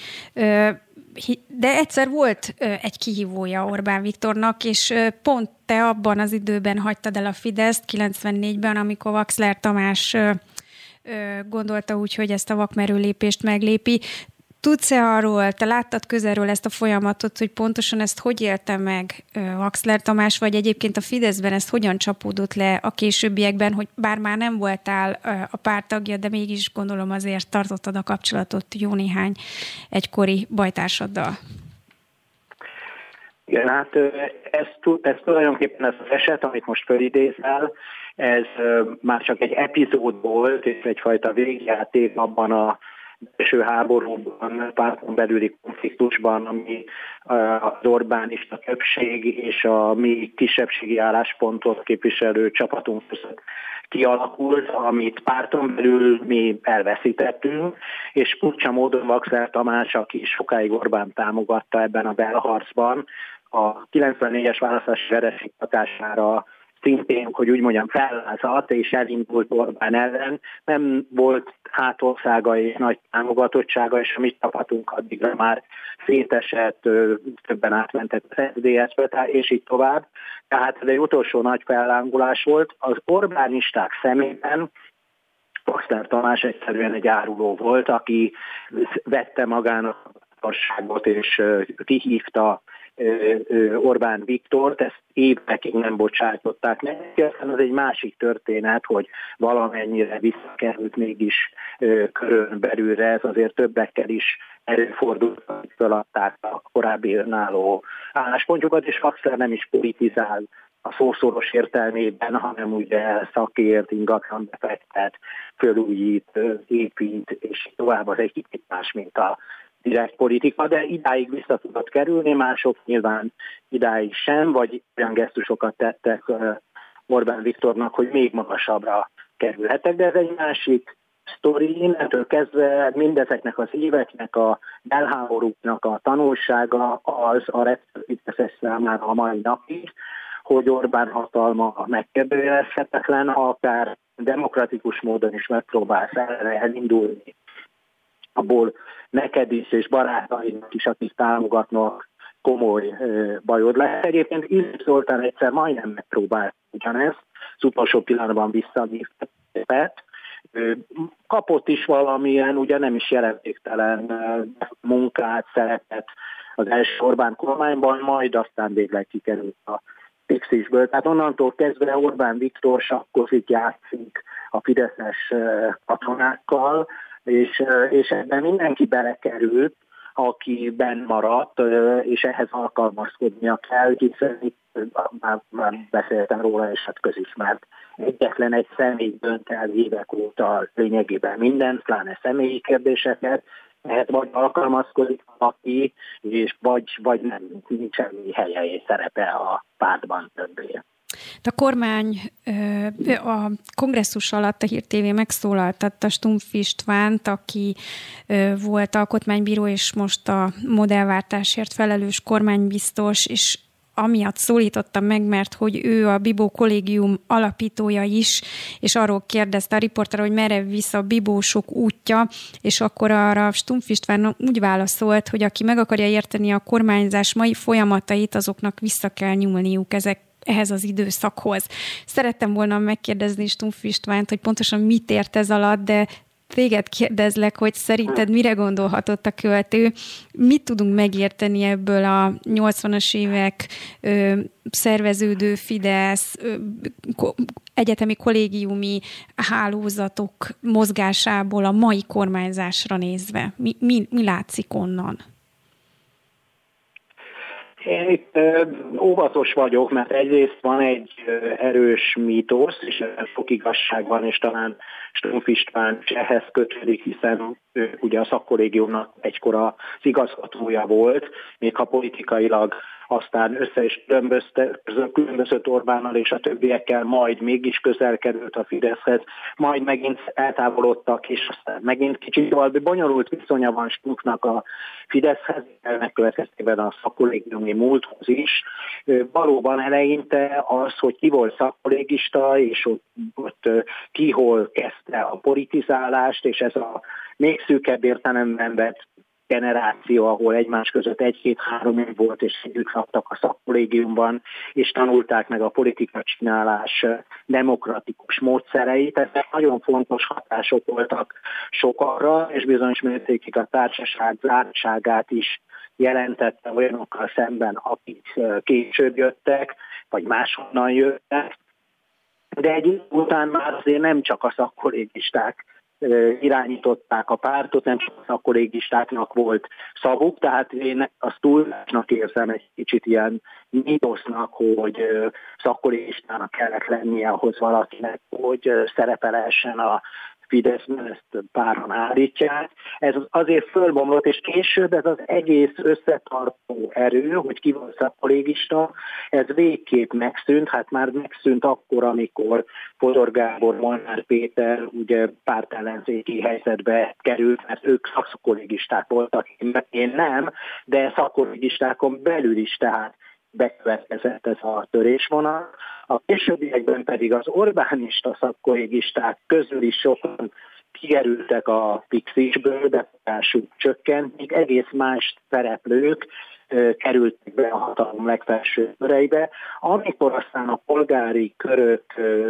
Speaker 2: de egyszer volt egy kihívója Orbán Viktornak, és pont te abban az időben hagytad el a Fideszt, 94-ben, amikor Vaxler Tamás gondolta úgy, hogy ezt a vakmerő lépést meglépi. Tudsz-e arról, te láttad közelről ezt a folyamatot, hogy pontosan ezt hogy élte meg Vaxler Tamás, vagy egyébként a Fideszben ezt hogyan csapódott le a későbbiekben, hogy bár már nem voltál a párttagja, de mégis gondolom azért tartottad a kapcsolatot jó néhány egykori bajtársaddal?
Speaker 6: Igen, hát ez tulajdonképpen ez az eset, amit most felidézel, ez már csak egy epizód volt, és egyfajta végjáték abban a belső háborúban, párton belüli konfliktusban, ami az Orbánista többség és a mi kisebbségi álláspontot képviselő csapatunk között kialakult, amit párton belül mi elveszítettünk, és furcsa módon Vaxler Tamás, aki sokáig Orbán támogatta ebben a belharcban, a 94-es választási vereség hatására szintén, hogy úgy mondjam, fellázadt és elindult Orbán ellen, nem volt hátországa és nagy támogatottsága, és a mi csapatunk addigra már szétesett, többen átmentek az SZDSZ-be, és így tovább. Tehát ez egy utolsó nagy fellángulás volt. Az Orbánisták szemében Vaxler Tamás egyszerűen egy áruló volt, aki vette magának a bátorságot és kihívta Orbán Viktort, ezt évekig nem bocsátották neki, aztán az egy másik történet, hogy valamennyire visszakerült mégis körön belülre, ez azért többekkel is előfordult, hogy feladták a korábbi önálló álláspontjukat, és Vaxler nem is politizál a szószoros értelmében, hanem ugye szakért, ingatlan befektet, fölújít, épít, és tovább az egy kicsit más, mint a direkt politika, de idáig vissza tudott kerülni, mások nyilván idáig sem, vagy olyan gesztusokat tettek Orbán Viktornak, hogy még magasabbra kerülhetek, de ez egy másik sztori. Innentől kezdve mindezeknek az éveknek, a belháborúknak a tanulsága az a Fidesz számára a mai napig, hogy Orbán hatalma megkérdőjelezhetetlen, akár demokratikus módon is megpróbálsz elindulni. Abból neked is és barátaidnak is, akik támogatnak, komoly bajod lehet. Egyébként Illik Zoltán egyszer majdnem megpróbált ugyanezt, az utolsó pillanatban visszalépett. Kapott is valamilyen, ugye nem is jelentéktelen munkát, szerepet az első Orbán kormányban, majd aztán végleg kikerült a Fixisből. Tehát onnantól kezdve Orbán Viktor sakkozik, játszik a fideszes katonákkal, és ebben mindenki belekerült, aki benn maradt, és ehhez alkalmazkodnia kell, hiszen itt már beszéltem róla, és hát közismert. Egyetlen egy személy dönt el évek óta lényegében mindent, pláne személyi kérdéseket, ehhez vagy alkalmazkodik valaki, és vagy nem, nincs semmi helye és szerepe a pártban többé.
Speaker 2: A kormány a kongresszus alatt a Hír TV megszólaltatta Stumpf Istvánt, aki volt alkotmánybíró, és most a modellváltásért felelős kormánybiztos, és amiatt szólítottam meg, mert hogy ő a Bibó kollégium alapítója is, és arról kérdezte a riporter, hogy merre visz a bibósok útja, és akkor arra Stumpf István úgy válaszolt, hogy aki meg akarja érteni a kormányzás mai folyamatait, azoknak vissza kell nyúlniuk ehhez az időszakhoz. Szerettem volna megkérdezni Stumpf Istvánt, hogy pontosan mit ért ez alatt, de téged kérdezlek, hogy szerinted mire gondolhatott a költő, mit tudunk megérteni ebből a 80-as évek szerveződő Fidesz, egyetemi kollégiumi hálózatok mozgásából a mai kormányzásra nézve? Mi látszik onnan?
Speaker 6: Én itt óvatos vagyok, mert egyrészt van egy erős mítosz, és sok igazság van, és talán Stumpf István ehhez kötődik, hiszen ő ugye a szakkollégiumnak egykor az igazgatója volt, még ha politikailag aztán össze is különbözött Orbánnal és a többiekkel, majd mégis közel került a Fideszhez, majd megint eltávolodtak, és aztán megint kicsit bonyolult viszonya van Stumpfnak a Fideszhez, ennek következtében a szakkollégiumi múlthoz is. Valóban eleinte az, hogy ki volt szakkollégista, és ott ki hol kezdte a politizálást, és ez a még szűkebb értelemben vett generáció, ahol egymás között 1-2-3 év volt, és együtt laktak a szakkollégiumban, és tanulták meg a politika csinálás demokratikus módszereit. Ezek nagyon fontos hatások voltak sokakra, és bizonyos mértékig a társaság zártságát is jelentette olyanokkal szemben, akik később jöttek, vagy máshonnan jöttek. De egy után már azért nem csak a szakkollégisták irányították a pártot, nem csak a szakkollégistáknak volt szavuk, tehát én azt túlzásnak érzem egy kicsit ilyen mítosznak, hogy szakkollégistának kellett lennie ahhoz valakinek, hogy szerepelhessen a Fideszben, ezt páran állítják. Ez azért fölbomlott, és később ez az egész összetartó erő, hogy ki volt szakkollégista, ez végképp megszűnt, hát már megszűnt akkor, amikor Fodor Gábor, Molnár Péter ugye pártellenzéki helyzetbe került, mert ők szakkollégisták voltak, én nem, de szakkollégistákon belül is, tehát bekövetkezett ez a törésvonal. A későbbiekben pedig az Orbánista szakkollégisták közül is sokan kikerültek a Pixisből, befolyásuk csökkent, míg egész más szereplők kerültek be a hatalom legfelső köreibe. Amikor aztán a polgári körök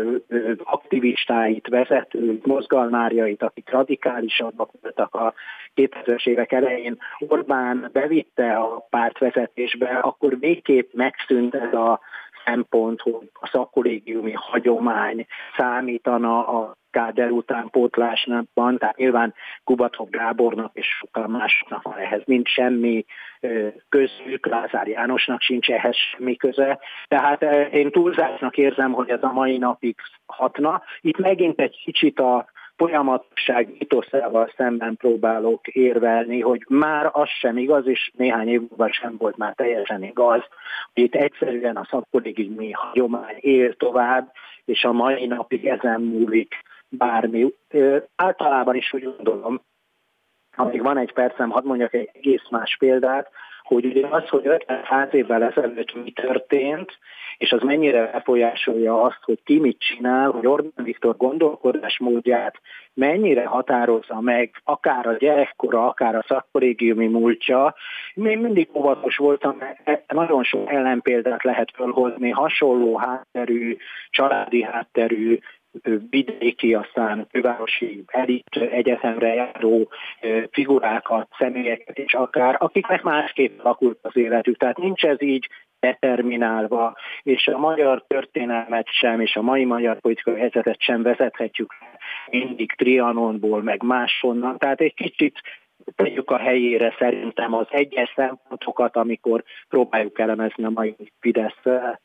Speaker 6: aktivistáit, vezetők, mozgalmárjait, akik radikálisabbak voltak a 2000-es évek elején, Orbán bevitte a pártvezetésbe, akkor végképp megszűnt ez a szempont, hogy a szakkollégiumi hagyomány számítana a Kádár utánpótlásban, tehát nyilván Kubatov Gábornak és sokkal másoknak van ehhez nincs semmi közük, Lázár Jánosnak sincs ehhez semmi köze. Tehát én túlzásnak érzem, hogy ez a mai napig hatna. Itt megint egy kicsit a folyamatosság mitoszával szemben próbálok érvelni, hogy már az sem igaz, és néhány év múlva sem volt már teljesen igaz, hogy itt egyszerűen a szakkollégiumi hagyomány él tovább, és a mai napig ezen múlik bármi. Általában is úgy gondolom, amíg van egy percem, hadd mondjak egy egész más példát, hogy ugye az, hogy 50-100 évvel ezelőtt mi történt, és az mennyire befolyásolja azt, hogy ki mit csinál, hogy Orbán Viktor gondolkodásmódját mennyire határozza meg akár a gyerekkora, akár a szakkollégiumi múltja. Én mindig óvatos voltam, mert nagyon sok ellenpéldát lehet fölhozni, hasonló hátterű, családi hátterű, vidéki, aztán fővárosi elit egyetemre járó figurákat, személyeket és akár, akiknek másképp alakult az életük. Tehát nincs ez így determinálva, és a magyar történelmet sem, és a mai magyar politikai helyzetet sem vezethetjük mindig Trianonból, meg máshonnan. Tehát egy kicsit tegyük a helyére szerintem az egyes szempontokat, amikor próbáljuk elemezni a mai Fidesz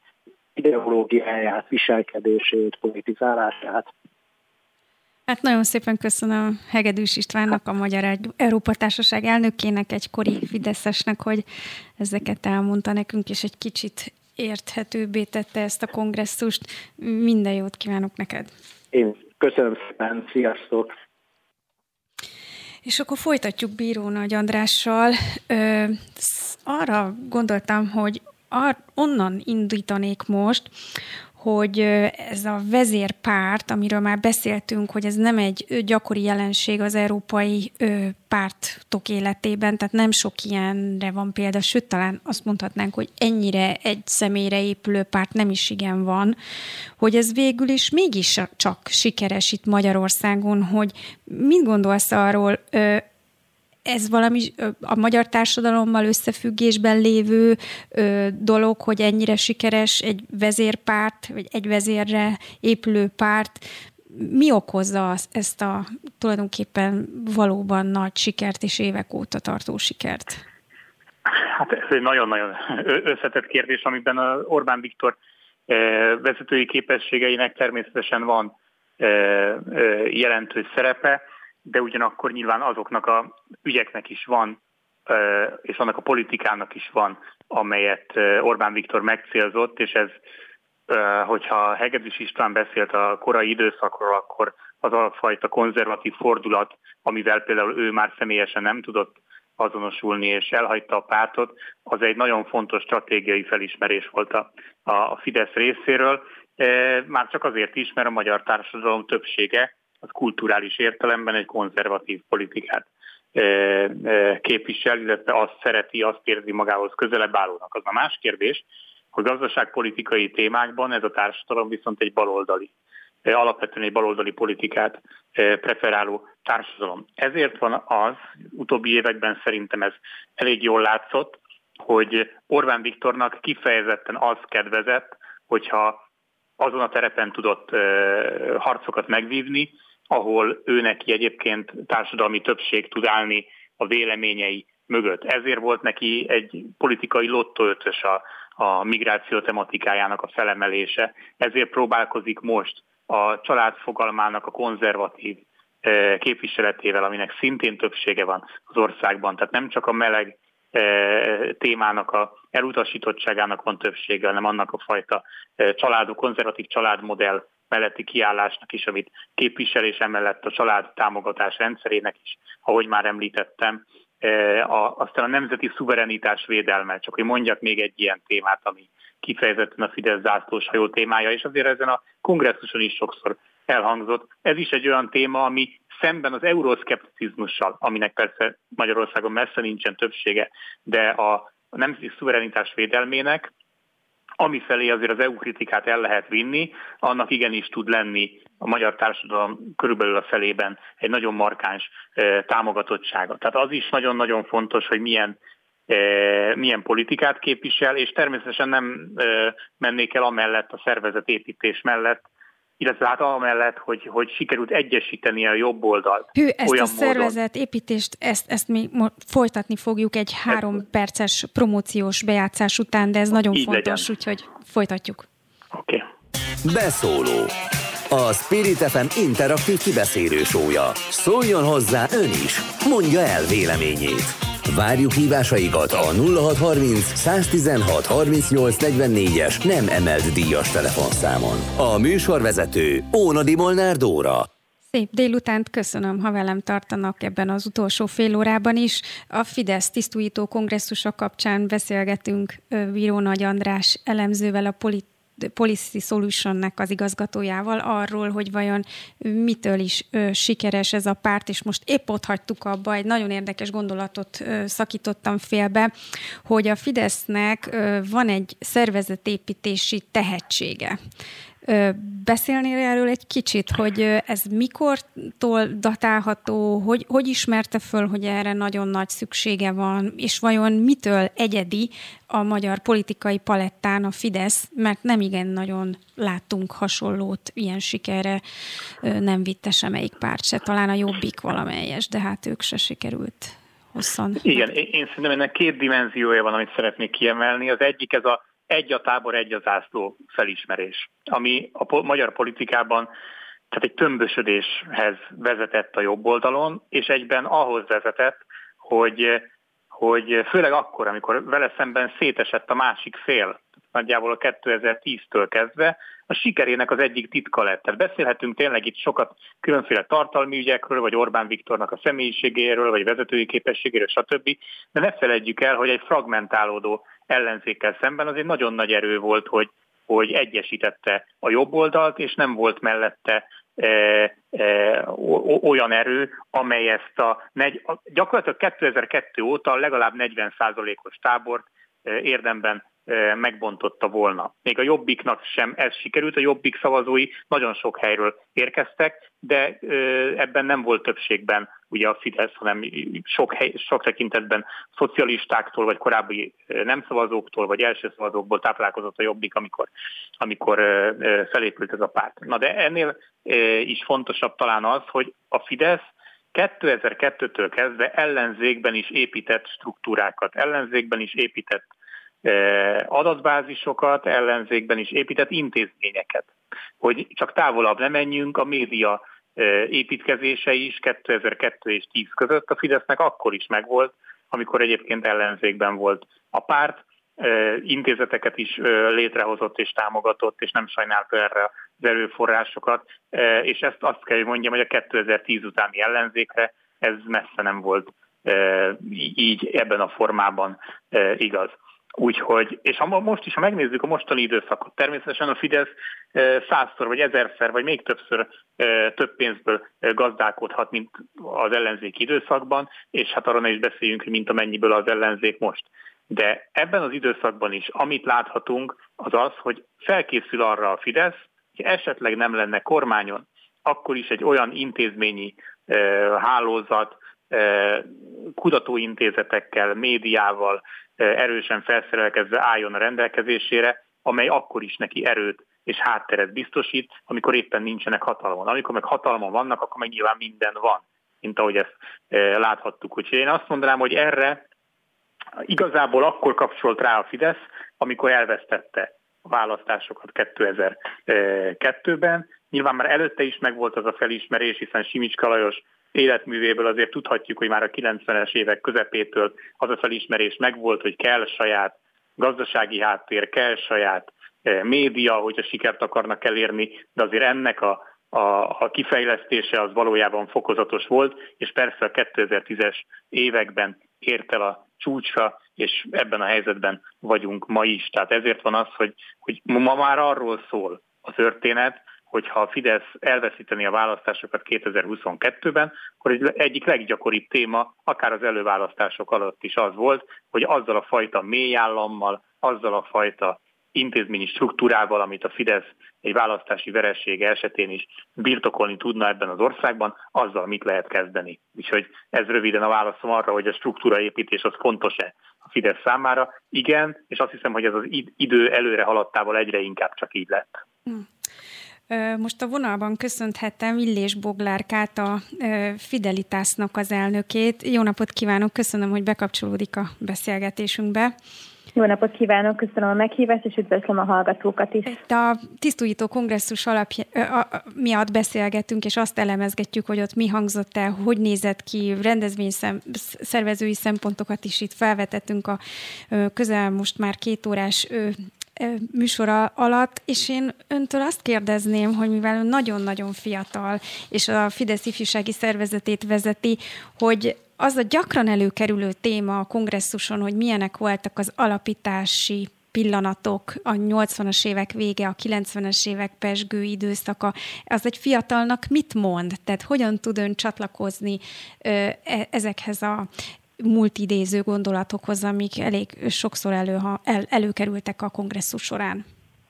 Speaker 6: ideológiáját, viselkedését, politizálását.
Speaker 2: Hát nagyon szépen köszönöm Hegedűs Istvánnak, a Magyar Európa Társaság elnökének, egykori fideszesnek, hogy ezeket elmondta nekünk, és egy kicsit érthetőbbé tette ezt a kongresszust. Minden jót kívánok neked!
Speaker 6: Én köszönöm szépen, sziasztok!
Speaker 2: És akkor folytatjuk Bíró Nagy Andrással. Arra gondoltam, hogy onnan indítanék most, hogy ez a vezérpárt, amiről már beszéltünk, hogy ez nem egy gyakori jelenség az európai pártok életében, tehát nem sok ilyenre van példa, sőt, talán azt mondhatnánk, hogy ennyire egy személyre épülő párt nem is igen van, hogy ez végül is mégis csak sikeres itt Magyarországon, hogy mit gondolsz arról, ez valami a magyar társadalommal összefüggésben lévő dolog, hogy ennyire sikeres egy vezérpárt, vagy egy vezérre épülő párt. Mi okozza ezt a tulajdonképpen valóban nagy sikert és évek óta tartó sikert?
Speaker 3: Hát ez egy nagyon-nagyon összetett kérdés, amiben az Orbán Viktor vezetői képességeinek természetesen van jelentős szerepe, de ugyanakkor nyilván azoknak a ügyeknek is van, és annak a politikának is van, amelyet Orbán Viktor megcélzott, és ez, hogyha Hegedűs István beszélt a korai időszakról, akkor az a fajta konzervatív fordulat, amivel például ő már személyesen nem tudott azonosulni, és elhagyta a pártot, az egy nagyon fontos stratégiai felismerés volt a Fidesz részéről. Már csak azért is, mert a magyar társadalom többsége az kulturális értelemben egy konzervatív politikát képvisel, illetve azt szereti, azt érzi magához közelebb állónak. Az a más kérdés, hogy gazdaságpolitikai témákban ez a társadalom viszont egy baloldali, alapvetően egy baloldali politikát preferáló társadalom. Ezért van az, utóbbi években szerintem ez elég jól látszott, hogy Orbán Viktornak kifejezetten az kedvezett, hogyha azon a terepen tudott harcokat megvívni, ahol ő neki egyébként társadalmi többség tud állni a véleményei mögött. Ezért volt neki egy politikai lottóötös a migráció tematikájának a felemelése. Ezért próbálkozik most a család fogalmának a konzervatív képviseletével, aminek szintén többsége van az országban. Tehát nem csak a meleg témának a elutasítottságának van többsége, hanem annak a fajta konzervatív családmodell melletti kiállásnak is, amit képvisel, és emellett a család támogatás rendszerének is, ahogy már említettem. Aztán a nemzeti szuverenitás védelme, csak hogy mondjak még egy ilyen témát, ami kifejezetten a Fidesz zászlóshajó témája, és azért ezen a kongresszuson is sokszor elhangzott. Ez is egy olyan téma, ami szemben az euroszkepticizmussal, aminek persze Magyarországon messze nincsen többsége, de a nemzeti szuverenitás védelmének, amifelé azért az EU kritikát el lehet vinni, annak igenis tud lenni a magyar társadalom körülbelül a felében egy nagyon markáns támogatottsága. Tehát az is nagyon-nagyon fontos, hogy milyen politikát képvisel, és természetesen nem mennék el amellett a szervezetépítés mellett, illetve hát amellett, hogy sikerült egyesíteni a jobb oldalt.
Speaker 2: Ezt a szervezetépítést, ezt mi folytatni fogjuk egy 3 perces promóciós bejátszás után, de ez nagyon fontos, úgyhogy folytatjuk.
Speaker 3: Oké.
Speaker 1: Beszóló. A Spirit FM interaktív kibeszélő show-ja. Szóljon hozzá ön is, mondja el véleményét. Várjuk hívásaikat a 0630 116 38 44-es nem emelt díjas telefonszámon. A műsorvezető Ónodi Molnár Dóra.
Speaker 2: Szép délutánt, köszönöm, ha velem tartanak ebben az utolsó fél órában is. A Fidesz tisztújító kongresszusa kapcsán beszélgetünk Viró Nagy András elemzővel, a Policy Solutionnek az igazgatójával arról, hogy vajon mitől is sikeres ez a párt, és most épp ott hagytuk abba, egy nagyon érdekes gondolatot szakítottam félbe, hogy a Fidesznek van egy szervezetépítési tehetsége. Beszélnél erről egy kicsit, hogy ez mikortól datálható, hogy ismerte föl, hogy erre nagyon nagy szüksége van, és vajon mitől egyedi a magyar politikai palettán a Fidesz, mert nem igen nagyon láttunk hasonlót, ilyen sikerre nem vitte semmelyik párt se, talán a Jobbik valamelyes, de hát ők se sikerült hosszan.
Speaker 3: Igen, én szerintem ennek 2 dimenziója van, amit szeretnék kiemelni. Az egyik ez egy a tábor, egy a zászló felismerés, ami a magyar politikában tehát egy tömbösödéshez vezetett a jobb oldalon, és egyben ahhoz vezetett, hogy főleg akkor, amikor vele szemben szétesett a másik fél, nagyjából a 2010-től kezdve, a sikerének az egyik titka lett. Tehát beszélhetünk tényleg itt sokat különféle tartalmi ügyekről, vagy Orbán Viktornak a személyiségéről, vagy vezetői képességéről, stb. De ne feledjük el, hogy egy fragmentálódó ellenzékkel szemben azért nagyon nagy erő volt, hogy egyesítette a jobb oldalt, és nem volt mellette olyan erő, amely ezt gyakorlatilag 2002 óta legalább 40%-os tábort érdemben megbontotta volna. Még a Jobbiknak sem ez sikerült, a Jobbik szavazói nagyon sok helyről érkeztek, de ebben nem volt többségben ugye a Fidesz, hanem sok tekintetben szocialistáktól, vagy korábbi nem szavazóktól, vagy első szavazókból táplálkozott a Jobbik, amikor felépült ez a párt. Na de ennél is fontosabb talán az, hogy a Fidesz 2002-től kezdve ellenzékben is épített struktúrákat, ellenzékben is épített adatbázisokat, ellenzékben is épített intézményeket. Hogy csak távolabb ne menjünk, a média építkezése is 2002 és 10 között a Fidesznek akkor is megvolt, amikor egyébként ellenzékben volt a párt, intézeteket is létrehozott és támogatott, és nem sajnálta erre az erőforrásokat, és ezt azt kell, hogy mondjam, hogy a 2010 utáni ellenzékre ez messze nem volt így ebben a formában igaz. Úgyhogy, és most is, ha megnézzük a mostani időszakot, természetesen a Fidesz 100-szor, vagy 1000-szer, vagy még többször több pénzből gazdálkodhat, mint az ellenzéki időszakban, és hát arra ne is beszéljünk, hogy mint amennyiből az ellenzék most. De ebben az időszakban is, amit láthatunk, az az, hogy felkészül arra a Fidesz, hogy esetleg nem lenne kormányon, akkor is egy olyan intézményi hálózat, kutatóintézetekkel, médiával erősen felszerelkezve álljon a rendelkezésére, amely akkor is neki erőt és hátteret biztosít, amikor éppen nincsenek hatalmon. Amikor meg hatalmon vannak, akkor meg nyilván minden van, mint ahogy ezt láthattuk. Úgyhogy én azt mondanám, hogy erre igazából akkor kapcsolt rá a Fidesz, amikor elvesztette a választásokat 2002-ben. Nyilván már előtte is megvolt az a felismerés, hiszen Simicska Lajos életművéből azért tudhatjuk, hogy már a 90-es évek közepétől az a felismerés megvolt, hogy kell saját gazdasági háttér, kell saját média, hogyha sikert akarnak elérni, de azért ennek a kifejlesztése az valójában fokozatos volt, és persze a 2010-es években ért el a csúcsra, és ebben a helyzetben vagyunk ma is. Tehát ezért van az, hogy ma már arról szól a történet, hogyha a Fidesz elveszíteni a választásokat 2022-ben, akkor egyik leggyakoribb téma, akár az előválasztások alatt is az volt, hogy azzal a fajta mélyállammal, azzal a fajta intézményi struktúrával, amit a Fidesz egy választási veresége esetén is birtokolni tudna ebben az országban, azzal mit lehet kezdeni. Úgyhogy ez röviden a válaszom arra, hogy a struktúraépítés az fontos-e a Fidesz számára. Igen, és azt hiszem, hogy ez az idő előre haladtával egyre inkább csak így lett.
Speaker 2: Most a vonalban köszönhettem Illés Boglárkát, a Fidelitasnak az elnökét. Jó napot kívánok, köszönöm, hogy bekapcsolódik a beszélgetésünkbe.
Speaker 7: Jó napot kívánok, köszönöm a meghívást, és üdvözlöm a hallgatókat is.
Speaker 2: A tisztújító kongresszus miatt beszélgetünk, és azt elemezgetjük, hogy ott mi hangzott el, hogy nézett ki, szervezői szempontokat is itt felvetettünk a közel most már 2 órás műsora alatt, és én öntől azt kérdezném, hogy mivel nagyon-nagyon fiatal, és a Fidesz ifjúsági szervezetét vezeti, hogy az a gyakran előkerülő téma a kongresszuson, hogy milyenek voltak az alapítási pillanatok, a 80-as évek vége, a 90-es évek pezsgő időszaka, az egy fiatalnak mit mond? Tehát hogyan tud ön csatlakozni ezekhez a múlt idéző gondolatokhoz, amik elég sokszor előkerültek a kongresszus során?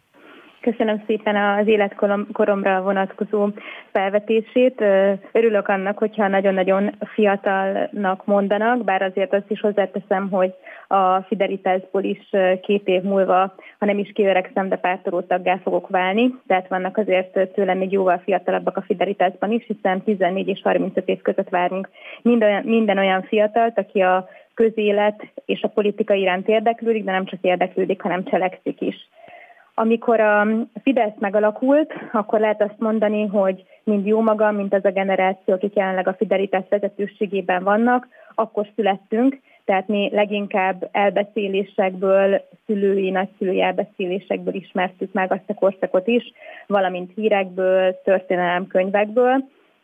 Speaker 7: Köszönöm szépen az életkoromra vonatkozó felvetését. Örülök annak, hogyha nagyon-nagyon fiatalnak mondanak, bár azért azt is hozzáteszem, hogy a Fidelitásból is 2 év múlva, ha nem is kiöregszem, de pártoló taggá fogok válni. Tehát vannak azért tőlem még jóval fiatalabbak a Fidelitásban is, hiszen 14 és 35 év között várunk minden olyan fiatalt, aki a közélet és a politika iránt érdeklődik, de nem csak érdeklődik, hanem cselekszik is. Amikor a Fidesz megalakult, akkor lehet azt mondani, hogy mind jó magam, mint az a generáció, akik jelenleg a Fidelitás vezetőségében vannak, akkor születtünk, tehát mi leginkább elbeszélésekből, szülői, nagyszülői elbeszélésekből ismertük meg azt a korszakot is, valamint hírekből, történelemkönyvekből.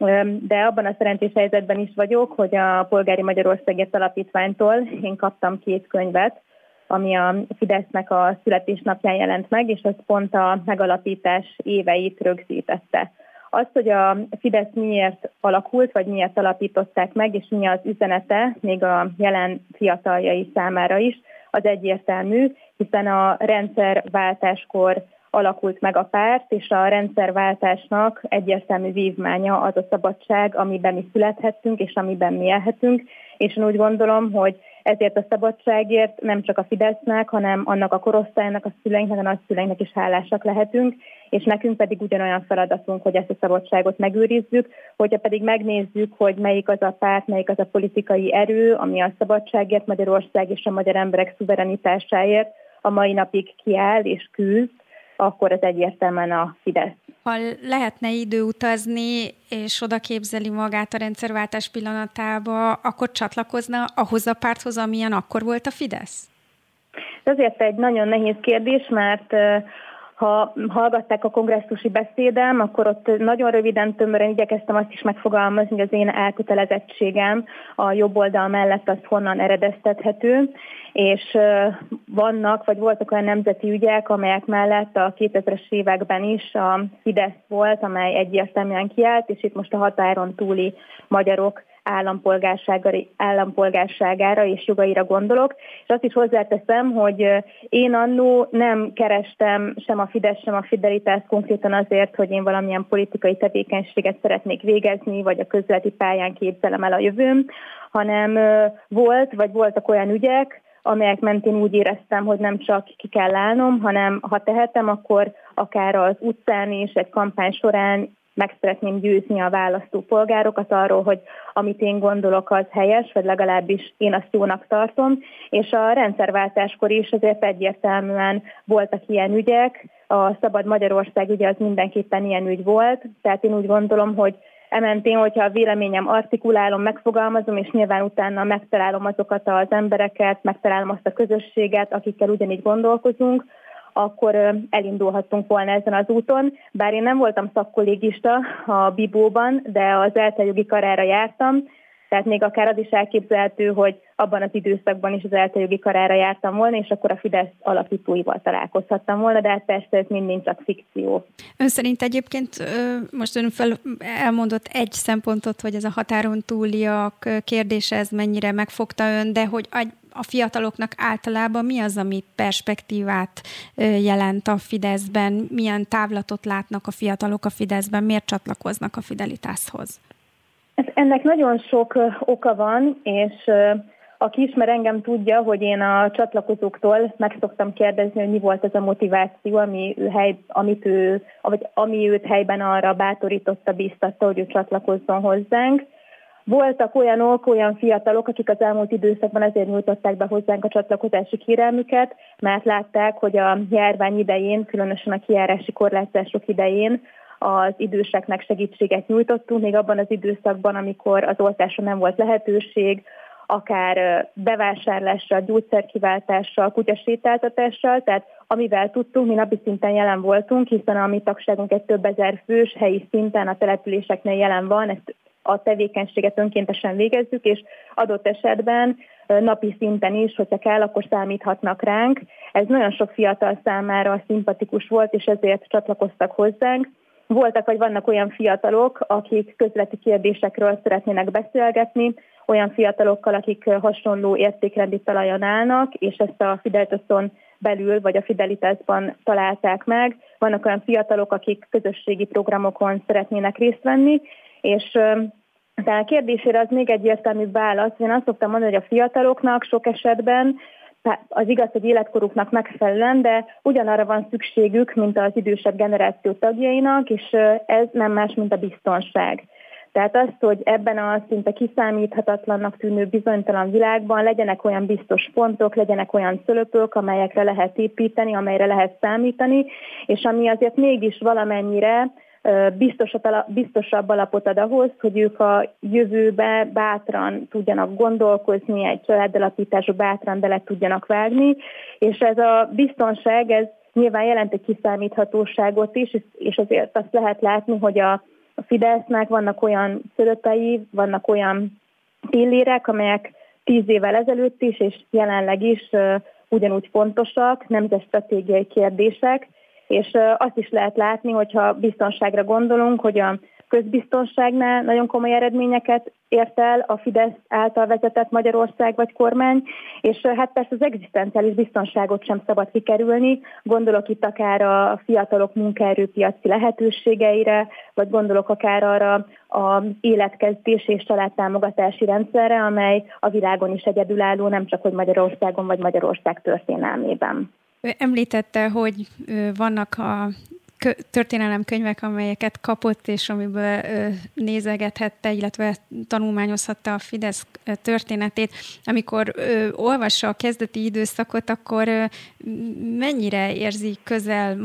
Speaker 7: De abban a szerencsés helyzetben is vagyok, hogy a Polgári Magyarországért Alapítványtól én kaptam 2 könyvet, ami a Fidesznek a születésnapján jelent meg, és az pont a megalapítás éveit rögzítette. Azt, hogy a Fidesz miért alakult, vagy miért alapították meg, és mi az üzenete, még a jelen fiataljai számára is, az egyértelmű, hiszen a rendszerváltáskor alakult meg a párt, és a rendszerváltásnak egyértelmű vívmánya az a szabadság, amiben mi születhettünk, és amiben mi élhetünk, és én úgy gondolom, hogy ezért a szabadságért nem csak a Fidesznek, hanem annak a korosztálynak, a szüleinknek, a nagyszüleinknek is hálásak lehetünk, és nekünk pedig ugyanolyan feladatunk, hogy ezt a szabadságot megőrizzük, hogyha pedig megnézzük, hogy melyik az a párt, melyik az a politikai erő, ami a szabadságért, Magyarország és a magyar emberek szuverenitásáért a mai napig kiáll és küzd, akkor ez egyértelműen a Fidesz.
Speaker 2: Ha lehetne időutazni, és oda képzeli magát a rendszerváltás pillanatába, akkor csatlakozna ahhoz a párthoz, amilyen akkor volt a Fidesz?
Speaker 7: Ez azért egy nagyon nehéz kérdés, mert ha hallgatták a kongresszusi beszédem, akkor ott nagyon röviden, tömören igyekeztem azt is megfogalmazni, hogy az én elkötelezettségem a jobb oldal mellett az honnan eredeztethető, és voltak olyan nemzeti ügyek, amelyek mellett a 2000-es években is a Fidesz volt, amely egyértelműen kiállt, és itt most a határon túli magyarok állampolgárságára és jogaira gondolok, és azt is hozzáteszem, hogy én annó nem kerestem sem a Fidesz, sem a Fidelitást konkrétan azért, hogy én valamilyen politikai tevékenységet szeretnék végezni, vagy a közéleti pályán képzelem el a jövőm, hanem voltak olyan ügyek, amelyek mentén úgy éreztem, hogy nem csak ki kell állnom, hanem ha tehetem, akkor akár az utcán is, egy kampány során meg szeretném győzni a választópolgárokat arról, hogy amit én gondolok, az helyes, vagy legalábbis én azt jónak tartom, és a rendszerváltáskor is azért egyértelműen voltak ilyen ügyek, a Szabad Magyarország ügye az mindenképpen ilyen ügy volt, tehát én úgy gondolom, hogy ementén, hogyha a véleményem artikulálom, megfogalmazom, és nyilván utána megtalálom azokat az embereket, megtalálom azt a közösséget, akikkel ugyanígy gondolkozunk, akkor elindulhattunk volna ezen az úton. Bár én nem voltam szakkollégista a Bibóban, de az elteljogi karára jártam, tehát még akár az is elképzelhető, hogy abban az időszakban is az elteljogi karára jártam volna, és akkor a Fidesz alapítóival találkozhattam volna, de hát persze ez mind csak fikció.
Speaker 2: Ön szerint egyébként most ön elmondott egy szempontot, hogy ez a határon túliak kérdése, ez mennyire megfogta ön, de hogy a fiataloknak általában mi az, ami perspektívát jelent a Fideszben, milyen távlatot látnak a fiatalok a Fideszben, miért csatlakoznak a Fidelitáshoz?
Speaker 7: Ennek nagyon sok oka van, és aki ismer engem tudja, hogy én a csatlakozóktól meg szoktam kérdezni, hogy mi volt az a motiváció, ami őt helyben arra bátorította, bíztatta, hogy ő csatlakozzon hozzánk. Voltak olyan fiatalok, akik az elmúlt időszakban azért nyújtották be hozzánk a csatlakozási kérelmüket, mert látták, hogy a járvány idején, különösen a kijárási korlátozások idején az időseknek segítséget nyújtottunk, még abban az időszakban, amikor az oltásra nem volt lehetőség, akár bevásárlással, gyógyszerkiváltással, kutyasétáltatással, tehát amivel tudtunk, mi napi szinten jelen voltunk, hiszen a mi tagságunk egy több ezer fős helyi szinten a településeknél jelen van, ezt a tevékenységet önkéntesen végezzük, és adott esetben napi szinten is, hogyha kell, akkor számíthatnak ránk. Ez nagyon sok fiatal számára szimpatikus volt, és ezért csatlakoztak hozzánk. Voltak vagy vannak olyan fiatalok, akik közéleti kérdésekről szeretnének beszélgetni, olyan fiatalokkal, akik hasonló értékrendi talajon állnak, és ezt a Fidelitason belül, vagy a Fidelitásban találták meg. Vannak olyan fiatalok, akik közösségi programokon szeretnének részt venni, és a kérdésére az még egyértelműbb válasz. Én azt szoktam mondani, hogy a fiataloknak sok esetben az igaz, hogy életkoruknak megfelelően, de ugyanarra van szükségük, mint az idősebb generáció tagjainak, és ez nem más, mint a biztonság. Tehát azt, hogy ebben a szinte kiszámíthatatlannak tűnő bizonytalan világban legyenek olyan biztos pontok, legyenek olyan szölöpök, amelyekre lehet építeni, amelyre lehet számítani, és ami azért mégis valamennyire biztosabb alapot ad ahhoz, hogy ők a jövőbe bátran tudjanak gondolkozni, egy családalapításba bátran bele tudjanak vágni, és ez a biztonság, ez nyilván jelent egy kiszámíthatóságot is, és azért azt lehet látni, hogy a Fidesznek vannak olyan szölöpei, vannak olyan pillérek, amelyek 10 évvel ezelőtt is, és jelenleg is ugyanúgy fontosak, nemzetstratégiai kérdések, és azt is lehet látni, hogyha biztonságra gondolunk, hogy a közbiztonságnál nagyon komoly eredményeket ért el a Fidesz által vezetett Magyarország vagy kormány, és hát persze az egzisztenciális biztonságot sem szabad kikerülni, gondolok itt akár a fiatalok munkaerőpiaci lehetőségeire, vagy gondolok akár arra az életkezdés és családtámogatási rendszerre, amely a világon is egyedülálló, nem csak hogy Magyarországon vagy Magyarország történelmében.
Speaker 2: Ő említette, hogy vannak a történelemkönyvek, amelyeket kapott, és amiből nézegethette, illetve tanulmányozhatta a Fidesz történetét. Amikor olvassa a kezdeti időszakot, akkor mennyire érzi közel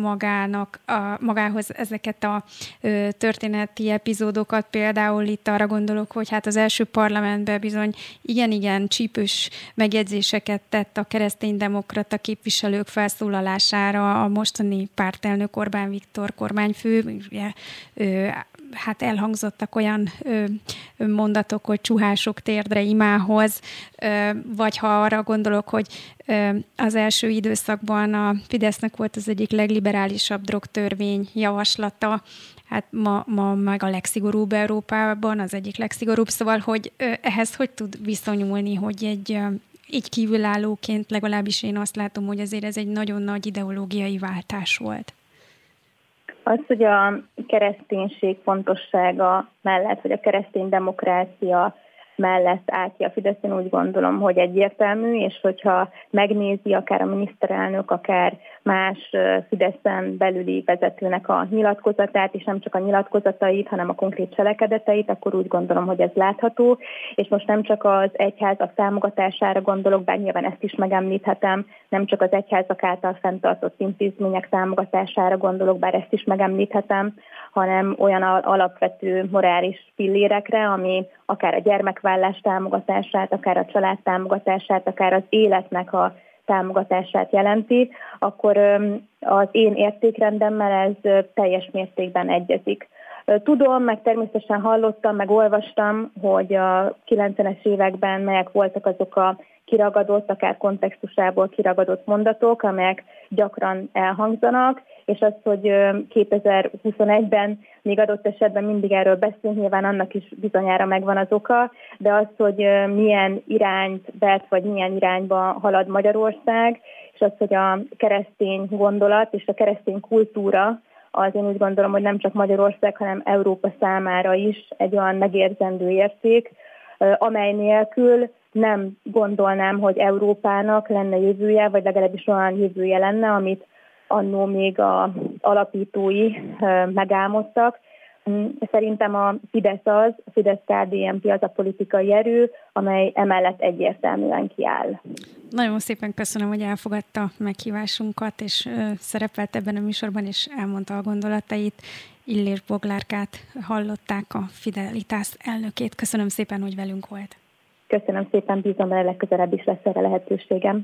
Speaker 2: magához ezeket a történeti epizódokat? Például itt arra gondolok, hogy hát az első parlamentben bizony igen csípős megjegyzéseket tett a kereszténydemokrata képviselők felszólalására a mostani pártelnök Orbán Viktor kormányfő, ugye, hát elhangzottak olyan mondatok, hogy csuhások térdre imához, vagy ha arra gondolok, hogy az első időszakban a Fidesznek volt az egyik legliberálisabb drogtörvény javaslata, hát ma meg a legszigorúbb Európában, az egyik legszigorúbb, szóval, hogy ehhez hogy tud viszonyulni, hogy így kívülállóként legalábbis én azt látom, hogy azért ez egy nagyon nagy ideológiai váltás volt.
Speaker 7: Az, hogy a kereszténység fontossága mellett, vagy a keresztény demokrácia mellett áll ki a Fidesz, én úgy gondolom, hogy egyértelmű, és hogyha megnézi akár a miniszterelnök, akár más Fideszen belüli vezetőnek a nyilatkozatát, és nem csak a nyilatkozatait, hanem a konkrét cselekedeteit, akkor úgy gondolom, hogy ez látható, és most nem csak az egyházak támogatására gondolok, bár nyilván ezt is megemlíthetem, nem csak az egyházak által fenntartott intézmények támogatására gondolok, bár ezt is megemlíthetem, hanem olyan alapvető morális pillérekre, ami akár a gyermekvállás támogatását, akár a család támogatását, akár az életnek a támogatását jelenti, akkor az én értékrendemmel ez teljes mértékben egyezik. Tudom, meg természetesen hallottam, meg olvastam, hogy a 90-es években melyek voltak azok a kiragadott, akár kontextusából kiragadott mondatok, amelyek gyakran elhangzanak, és az, hogy 2021-ben még adott esetben mindig erről beszélünk, nyilván annak is bizonyára megvan az oka, de az, hogy milyen irányt vett, vagy milyen irányba halad Magyarország, és az, hogy a keresztény gondolat és a keresztény kultúra, az én úgy gondolom, hogy nem csak Magyarország, hanem Európa számára is egy olyan megérzendő érték, amely nélkül nem gondolnám, hogy Európának lenne jövője, vagy legalábbis olyan jövője lenne, amit annó még az alapítói megálmodtak. Szerintem a Fidesz-KDNP az a politikai erő, amely emellett egyértelműen kiáll.
Speaker 2: Nagyon szépen köszönöm, hogy elfogadta meghívásunkat, és szerepelt ebben a műsorban, és elmondta a gondolatait. Illér Boglárkát hallották, a Fidelitás elnökét. Köszönöm szépen, hogy velünk volt.
Speaker 7: Köszönöm szépen, bízom, hogy legközelebb is lesz erre lehetőségem.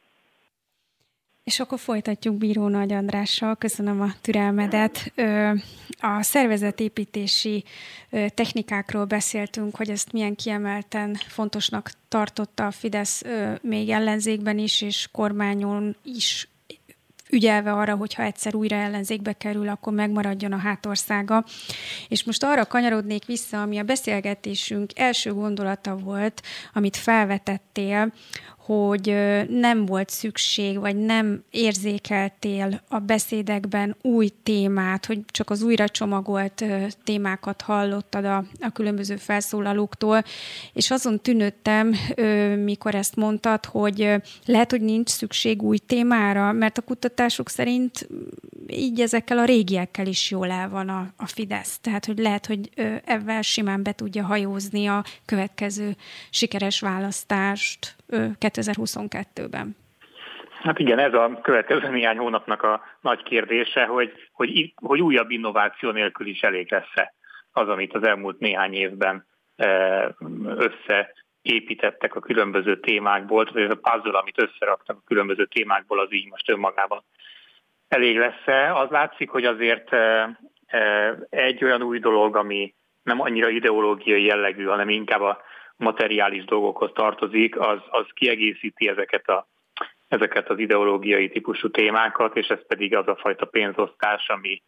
Speaker 2: És akkor folytatjuk Bíró Nagy Andrással. Köszönöm a türelmedet. A szervezetépítési technikákról beszéltünk, hogy ezt milyen kiemelten fontosnak tartotta a Fidesz még ellenzékben is, és kormányon is, ügyelve arra, hogyha egyszer újra ellenzékbe kerül, akkor megmaradjon a hátországa. És most arra kanyarodnék vissza, ami a beszélgetésünk első gondolata volt, amit felvetettél, hogy nem volt szükség, vagy nem érzékeltél a beszédekben új témát, hogy csak az újra csomagolt témákat hallottad a különböző felszólalóktól, és azon tűnődtem, mikor ezt mondtad, hogy lehet, hogy nincs szükség új témára, mert a kutatások szerint így ezekkel a régiekkel is jól el van a Fidesz. Tehát, hogy lehet, hogy ebben simán be tudja hajózni a következő sikeres választást 2022-ben.
Speaker 3: Hát igen, ez a következő néhány hónapnak a nagy kérdése, hogy újabb innováció nélkül is elég lesz-e az, amit az elmúlt néhány évben összeépítettek a különböző témákból, vagy ez a puzzle, amit összeraktak a különböző témákból, az így most önmagában elég lesz-e. Az látszik, hogy azért egy olyan új dolog, ami nem annyira ideológiai jellegű, hanem inkább a materiális dolgokhoz tartozik, az kiegészíti ezeket az ideológiai típusú témákat, és ez pedig az a fajta pénzosztás, ami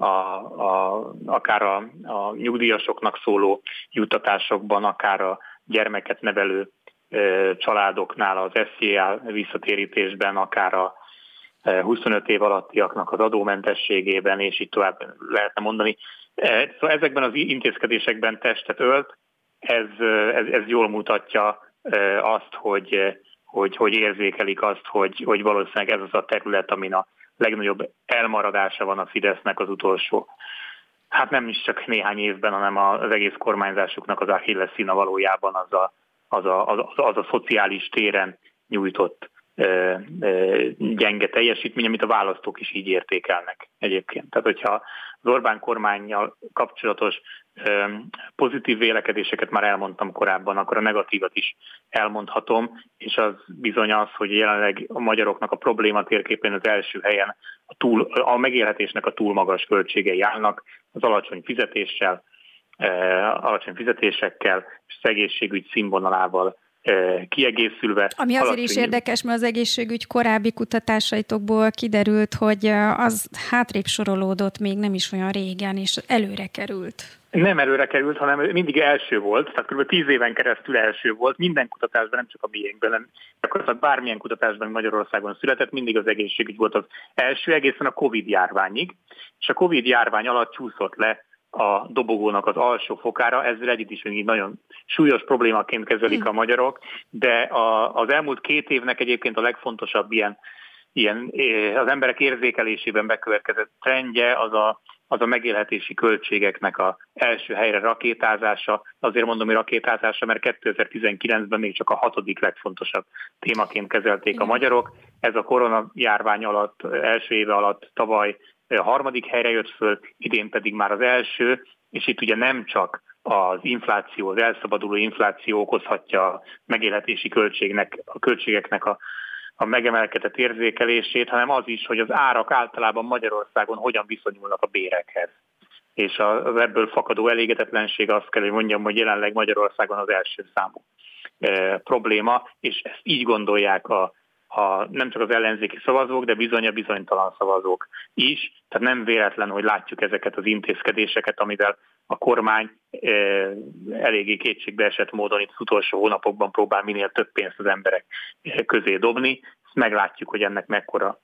Speaker 3: akár a nyugdíjasoknak szóló juttatásokban, akár a gyermeket nevelő családoknál az SZIA visszatérítésben, akár a 25 év alattiaknak az adómentességében, és így tovább lehetne mondani. Szóval ezekben az intézkedésekben testet ölt, ez jól mutatja azt, hogy érzékelik azt, hogy valószínűleg ez az a terület, amin a legnagyobb elmaradása van a Fidesznek az utolsó, hát nem is csak néhány évben, hanem az egész kormányzásuknak az Achilles-szína valójában az a szociális téren nyújtott gyenge teljesítmény, amit a választók is így értékelnek egyébként. Tehát, hogyha az Orbán kormánnyal kapcsolatos pozitív vélekedéseket már elmondtam korábban, akkor a negatívat is elmondhatom, és az bizony az, hogy jelenleg a magyaroknak a probléma térképén az első helyen a megélhetésnek a túl magas költségei állnak, az alacsony fizetésekkel és az egészségügy színvonalával kiegészülve.
Speaker 2: Ami azért is érdekes, mert az egészségügy korábbi kutatásaitokból kiderült, hogy az hátrébb sorolódott még nem is olyan régen, és előre került.
Speaker 3: Nem előre került, hanem mindig első volt, tehát kb. 10 éven keresztül első volt, minden kutatásban, nem csak a miénkben, gyakorlatilag bármilyen kutatásban Magyarországon született, mindig az egészségügy volt az első, egészen a Covid-járványig, és a Covid-járvány alatt csúszott le a dobogónak az alsó fokára, ezzel együtt is még nagyon súlyos problémaként kezelik a magyarok, de az elmúlt 2 évnek egyébként a legfontosabb ilyen az emberek érzékelésében bekövetkezett trendje az a megélhetési költségeknek az első helyre rakétázása. Azért mondom, hogy rakétázása, mert 2019-ben még csak a 6. legfontosabb témaként kezelték a magyarok. Ez a koronajárvány alatt, első éve alatt tavaly a 3. helyre jött föl, idén pedig már az első, és itt ugye nem csak az infláció, az elszabaduló infláció okozhatja a megélhetési költségeknek a megemelkedett érzékelését, hanem az is, hogy az árak általában Magyarországon hogyan viszonyulnak a bérekhez. És az ebből fakadó elégedetlenség, azt kell, hogy mondjam, hogy jelenleg Magyarországon az első számú probléma, és ezt így gondolják nem csak az ellenzéki szavazók, de bizony a bizonytalan szavazók is. Tehát nem véletlen, hogy látjuk ezeket az intézkedéseket, amivel a kormány eléggé kétségbeesett módon itt az utolsó hónapokban próbál minél több pénzt az emberek közé dobni. Ezt meglátjuk, hogy ennek mekkora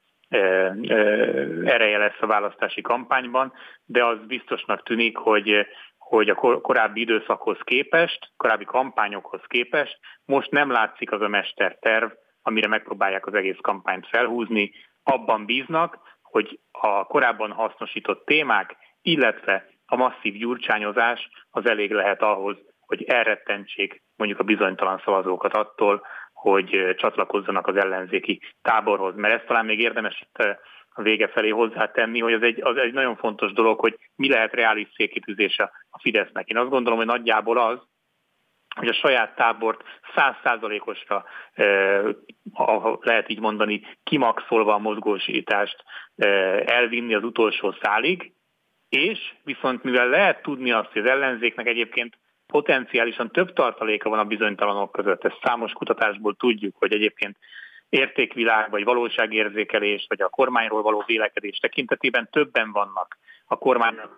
Speaker 3: ereje lesz a választási kampányban, de az biztosnak tűnik, hogy a korábbi időszakhoz képest, korábbi kampányokhoz képest most nem látszik az a mesterterv, amire megpróbálják az egész kampányt felhúzni. Abban bíznak, hogy a korábban hasznosított témák, illetve a masszív gyurcsányozás az elég lehet ahhoz, hogy elrettentsék mondjuk a bizonytalan szavazókat attól, hogy csatlakozzanak az ellenzéki táborhoz. Mert ezt talán még érdemes a vége felé hozzátenni, hogy az egy nagyon fontos dolog, hogy mi lehet reális célkitűzése a Fidesznek. Én azt gondolom, hogy nagyjából az, hogy a saját tábort 100%-osra, lehet így mondani, kimaxolva a mozgósítást elvinni az utolsó szálig, és viszont mivel lehet tudni azt, hogy az ellenzéknek egyébként potenciálisan több tartaléka van a bizonytalanok között, ezt számos kutatásból tudjuk, hogy egyébként értékvilág, vagy valóságérzékelés, vagy a kormányról való vélekedés tekintetében többen vannak a kormánynak,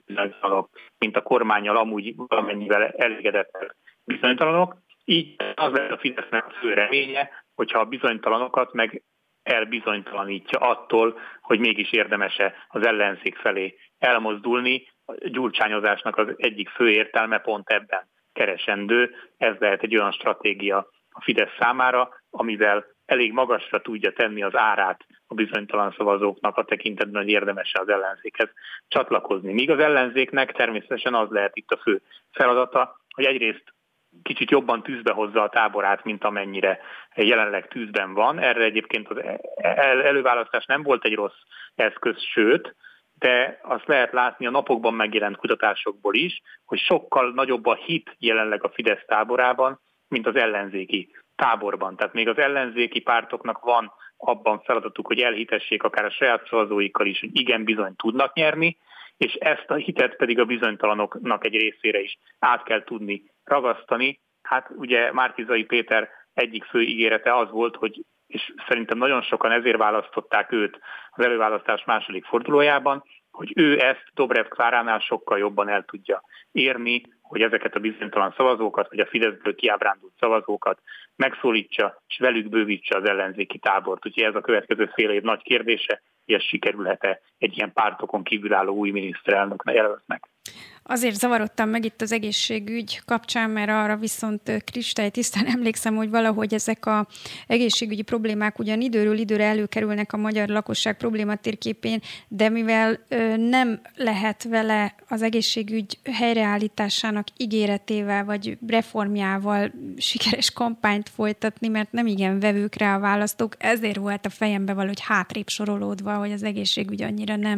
Speaker 3: mint a kormánnyal amúgy valamennyivel elégedettek bizonytalanok. Így az lesz a Fidesznek a fő reménye, hogyha a bizonytalanokat meg elbizonytalanítja attól, hogy mégis érdemes-e az ellenzék felé elmozdulni. A gyurcsányozásnak az egyik fő értelme pont ebben keresendő. Ez lehet egy olyan stratégia a Fidesz számára, amivel elég magasra tudja tenni az árát a bizonytalan szavazóknak a tekintetben, hogy érdemes-e az ellenzékhez csatlakozni. Míg az ellenzéknek természetesen az lehet itt a fő feladata, hogy egyrészt kicsit jobban tűzbe hozza a táborát, mint amennyire jelenleg tűzben van. Erre egyébként az előválasztás nem volt egy rossz eszköz, sőt, de azt lehet látni a napokban megjelent kutatásokból is, hogy sokkal nagyobb a hit jelenleg a Fidesz táborában, mint az ellenzéki táborban. Tehát még az ellenzéki pártoknak van abban feladatuk, hogy elhitessék akár a saját szavazóikkal is, hogy igen, bizony tudnak nyerni, és ezt a hitet pedig a bizonytalanoknak egy részére is át kell tudni ragasztani. Hát ugye Márki-Zay Péter egyik fő ígérete az volt, hogy, és szerintem nagyon sokan ezért választották őt az előválasztás második fordulójában, hogy ő ezt Dobrev Kláránál sokkal jobban el tudja érni, hogy ezeket a bizonytalan szavazókat, vagy a Fideszből kiábrándult szavazókat megszólítsa, és velük bővítse az ellenzéki tábort. Úgyhogy ez a következő fél év nagy kérdése, hogy ez sikerülhet-e egy ilyen pártokon kívülálló új miniszterelnök jelöltnek.
Speaker 2: Azért zavarodtam meg itt az egészségügy kapcsán, mert arra viszont kristálytisztán emlékszem, hogy valahogy ezek az egészségügyi problémák ugyan időről időre előkerülnek a magyar lakosság problématérképén, de mivel nem lehet vele az egészségügy helyreállításának ígéretével vagy reformjával sikeres kampányt folytatni, mert nem igen vevők rá a választók, ezért volt a fejembe valahogy hátrébb sorolódva, hogy az egészségügy annyira nem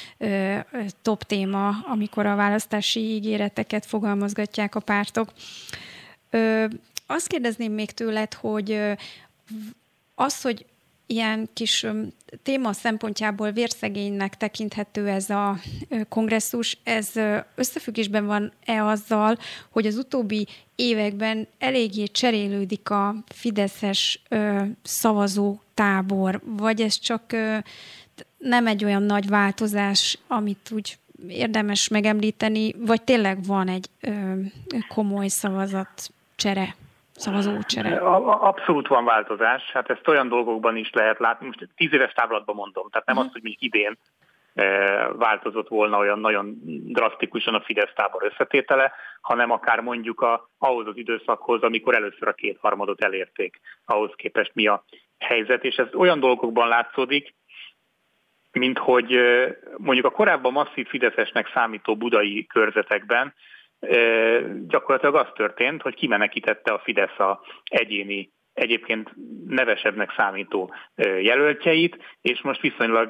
Speaker 2: top téma, amikor a választási ígéreteket fogalmazgatják a pártok. Azt kérdezném még tőled, hogy az, hogy ilyen kis téma szempontjából vérszegénynek tekinthető ez a kongresszus, ez összefüggésben van-e azzal, hogy az utóbbi években eléggé cserélődik a fideszes szavazótábor, vagy ez csak nem egy olyan nagy változás, amit úgy érdemes megemlíteni, vagy tényleg van egy komoly szavazócsere?
Speaker 3: Abszolút van változás. Hát ezt olyan dolgokban is lehet látni. Most 10 éves távlatban mondom, tehát nem azt, hogy mondjuk idén változott volna olyan nagyon drasztikusan a Fidesz tábor összetétele, hanem akár mondjuk ahhoz az időszakhoz, amikor először a 2/3 elérték, ahhoz képest mi a helyzet. És ez olyan dolgokban látszódik, mint hogy mondjuk a korábban masszív fideszesnek számító budai körzetekben gyakorlatilag az történt, hogy kimenekítette a Fidesz a egyéni, egyébként nevesebbnek számító jelöltjeit, és most viszonylag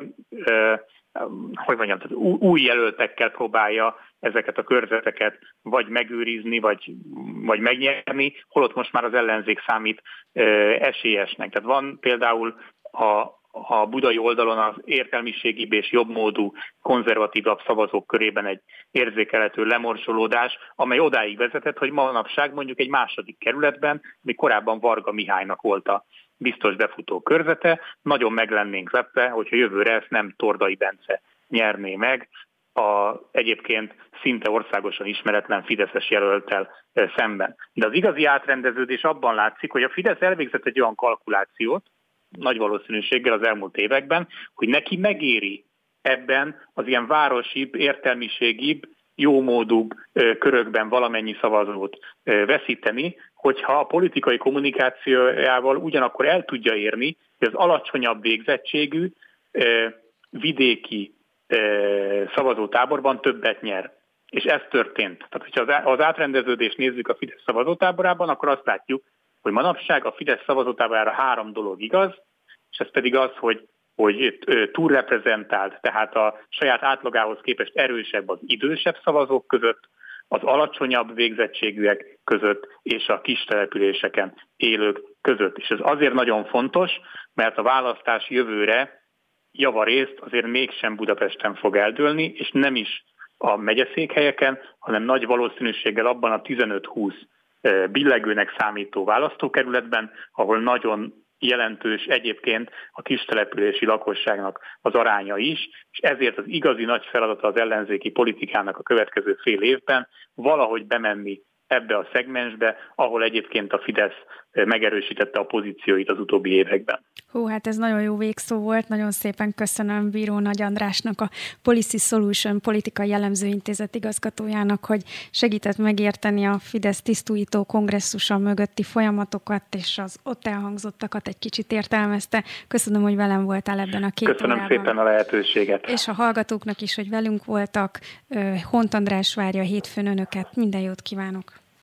Speaker 3: új jelöltekkel próbálja ezeket a körzeteket vagy megőrizni, vagy megnyerni, holott most már az ellenzék számít esélyesnek. Tehát van például a budai oldalon az értelmiségibb és jobbmódú, konzervatívabb szavazók körében egy érzékelhető lemorsolódás, amely odáig vezetett, hogy manapság mondjuk egy második kerületben, ami korábban Varga Mihálynak volt a biztos befutó körzete, nagyon meg lennénk lepve, hogyha jövőre ezt nem Tordai Bence nyerné meg, egyébként szinte országosan ismeretlen fideszes jelölttel szemben. De az igazi átrendeződés abban látszik, hogy a Fidesz elvégzett egy olyan kalkulációt, nagy valószínűséggel az elmúlt években, hogy neki megéri ebben az ilyen városibb, értelmiségibb, jómódúbb körökben valamennyi szavazót veszíteni, hogyha a politikai kommunikációjával ugyanakkor el tudja érni, hogy az alacsonyabb végzettségű, vidéki szavazótáborban többet nyer. És ez történt. Tehát, hogyha az átrendeződést nézzük a Fidesz szavazótáborában, akkor azt látjuk, hogy manapság a Fidesz szavazótáborára 3 dolog igaz, és ez pedig az, hogy túlreprezentált, tehát a saját átlagához képest erősebb az idősebb szavazók között, az alacsonyabb végzettségűek között és a kis településeken élők között. És ez azért nagyon fontos, mert a választás jövőre javarészt azért mégsem Budapesten fog eldőlni, és nem is a megyeszékhelyeken, hanem nagy valószínűséggel abban a 15-20 billegőnek számító választókerületben, ahol nagyon jelentős egyébként a kistelepülési lakosságnak az aránya is, és ezért az igazi nagy feladata az ellenzéki politikának a következő fél évben valahogy bemenni ebbe a szegmensbe, ahol egyébként a Fidesz megerősítette a pozícióit az utóbbi években.
Speaker 2: Hát ez nagyon jó végszó volt, nagyon szépen köszönöm Bíró Nagy Andrásnak, a Policy Solution Politikai Jellemző Intézet igazgatójának, hogy segített megérteni a Fidesz tisztújító kongresszusa mögötti folyamatokat, és az ott elhangzottakat egy kicsit értelmezte. Köszönöm, hogy velem voltál ebben a 2
Speaker 3: Köszönöm
Speaker 2: órában.
Speaker 3: szépen a lehetőséget.
Speaker 2: És a hallgatóknak is, hogy velünk voltak. Hont András várja hétfőn önöket. Minden jót kívánok!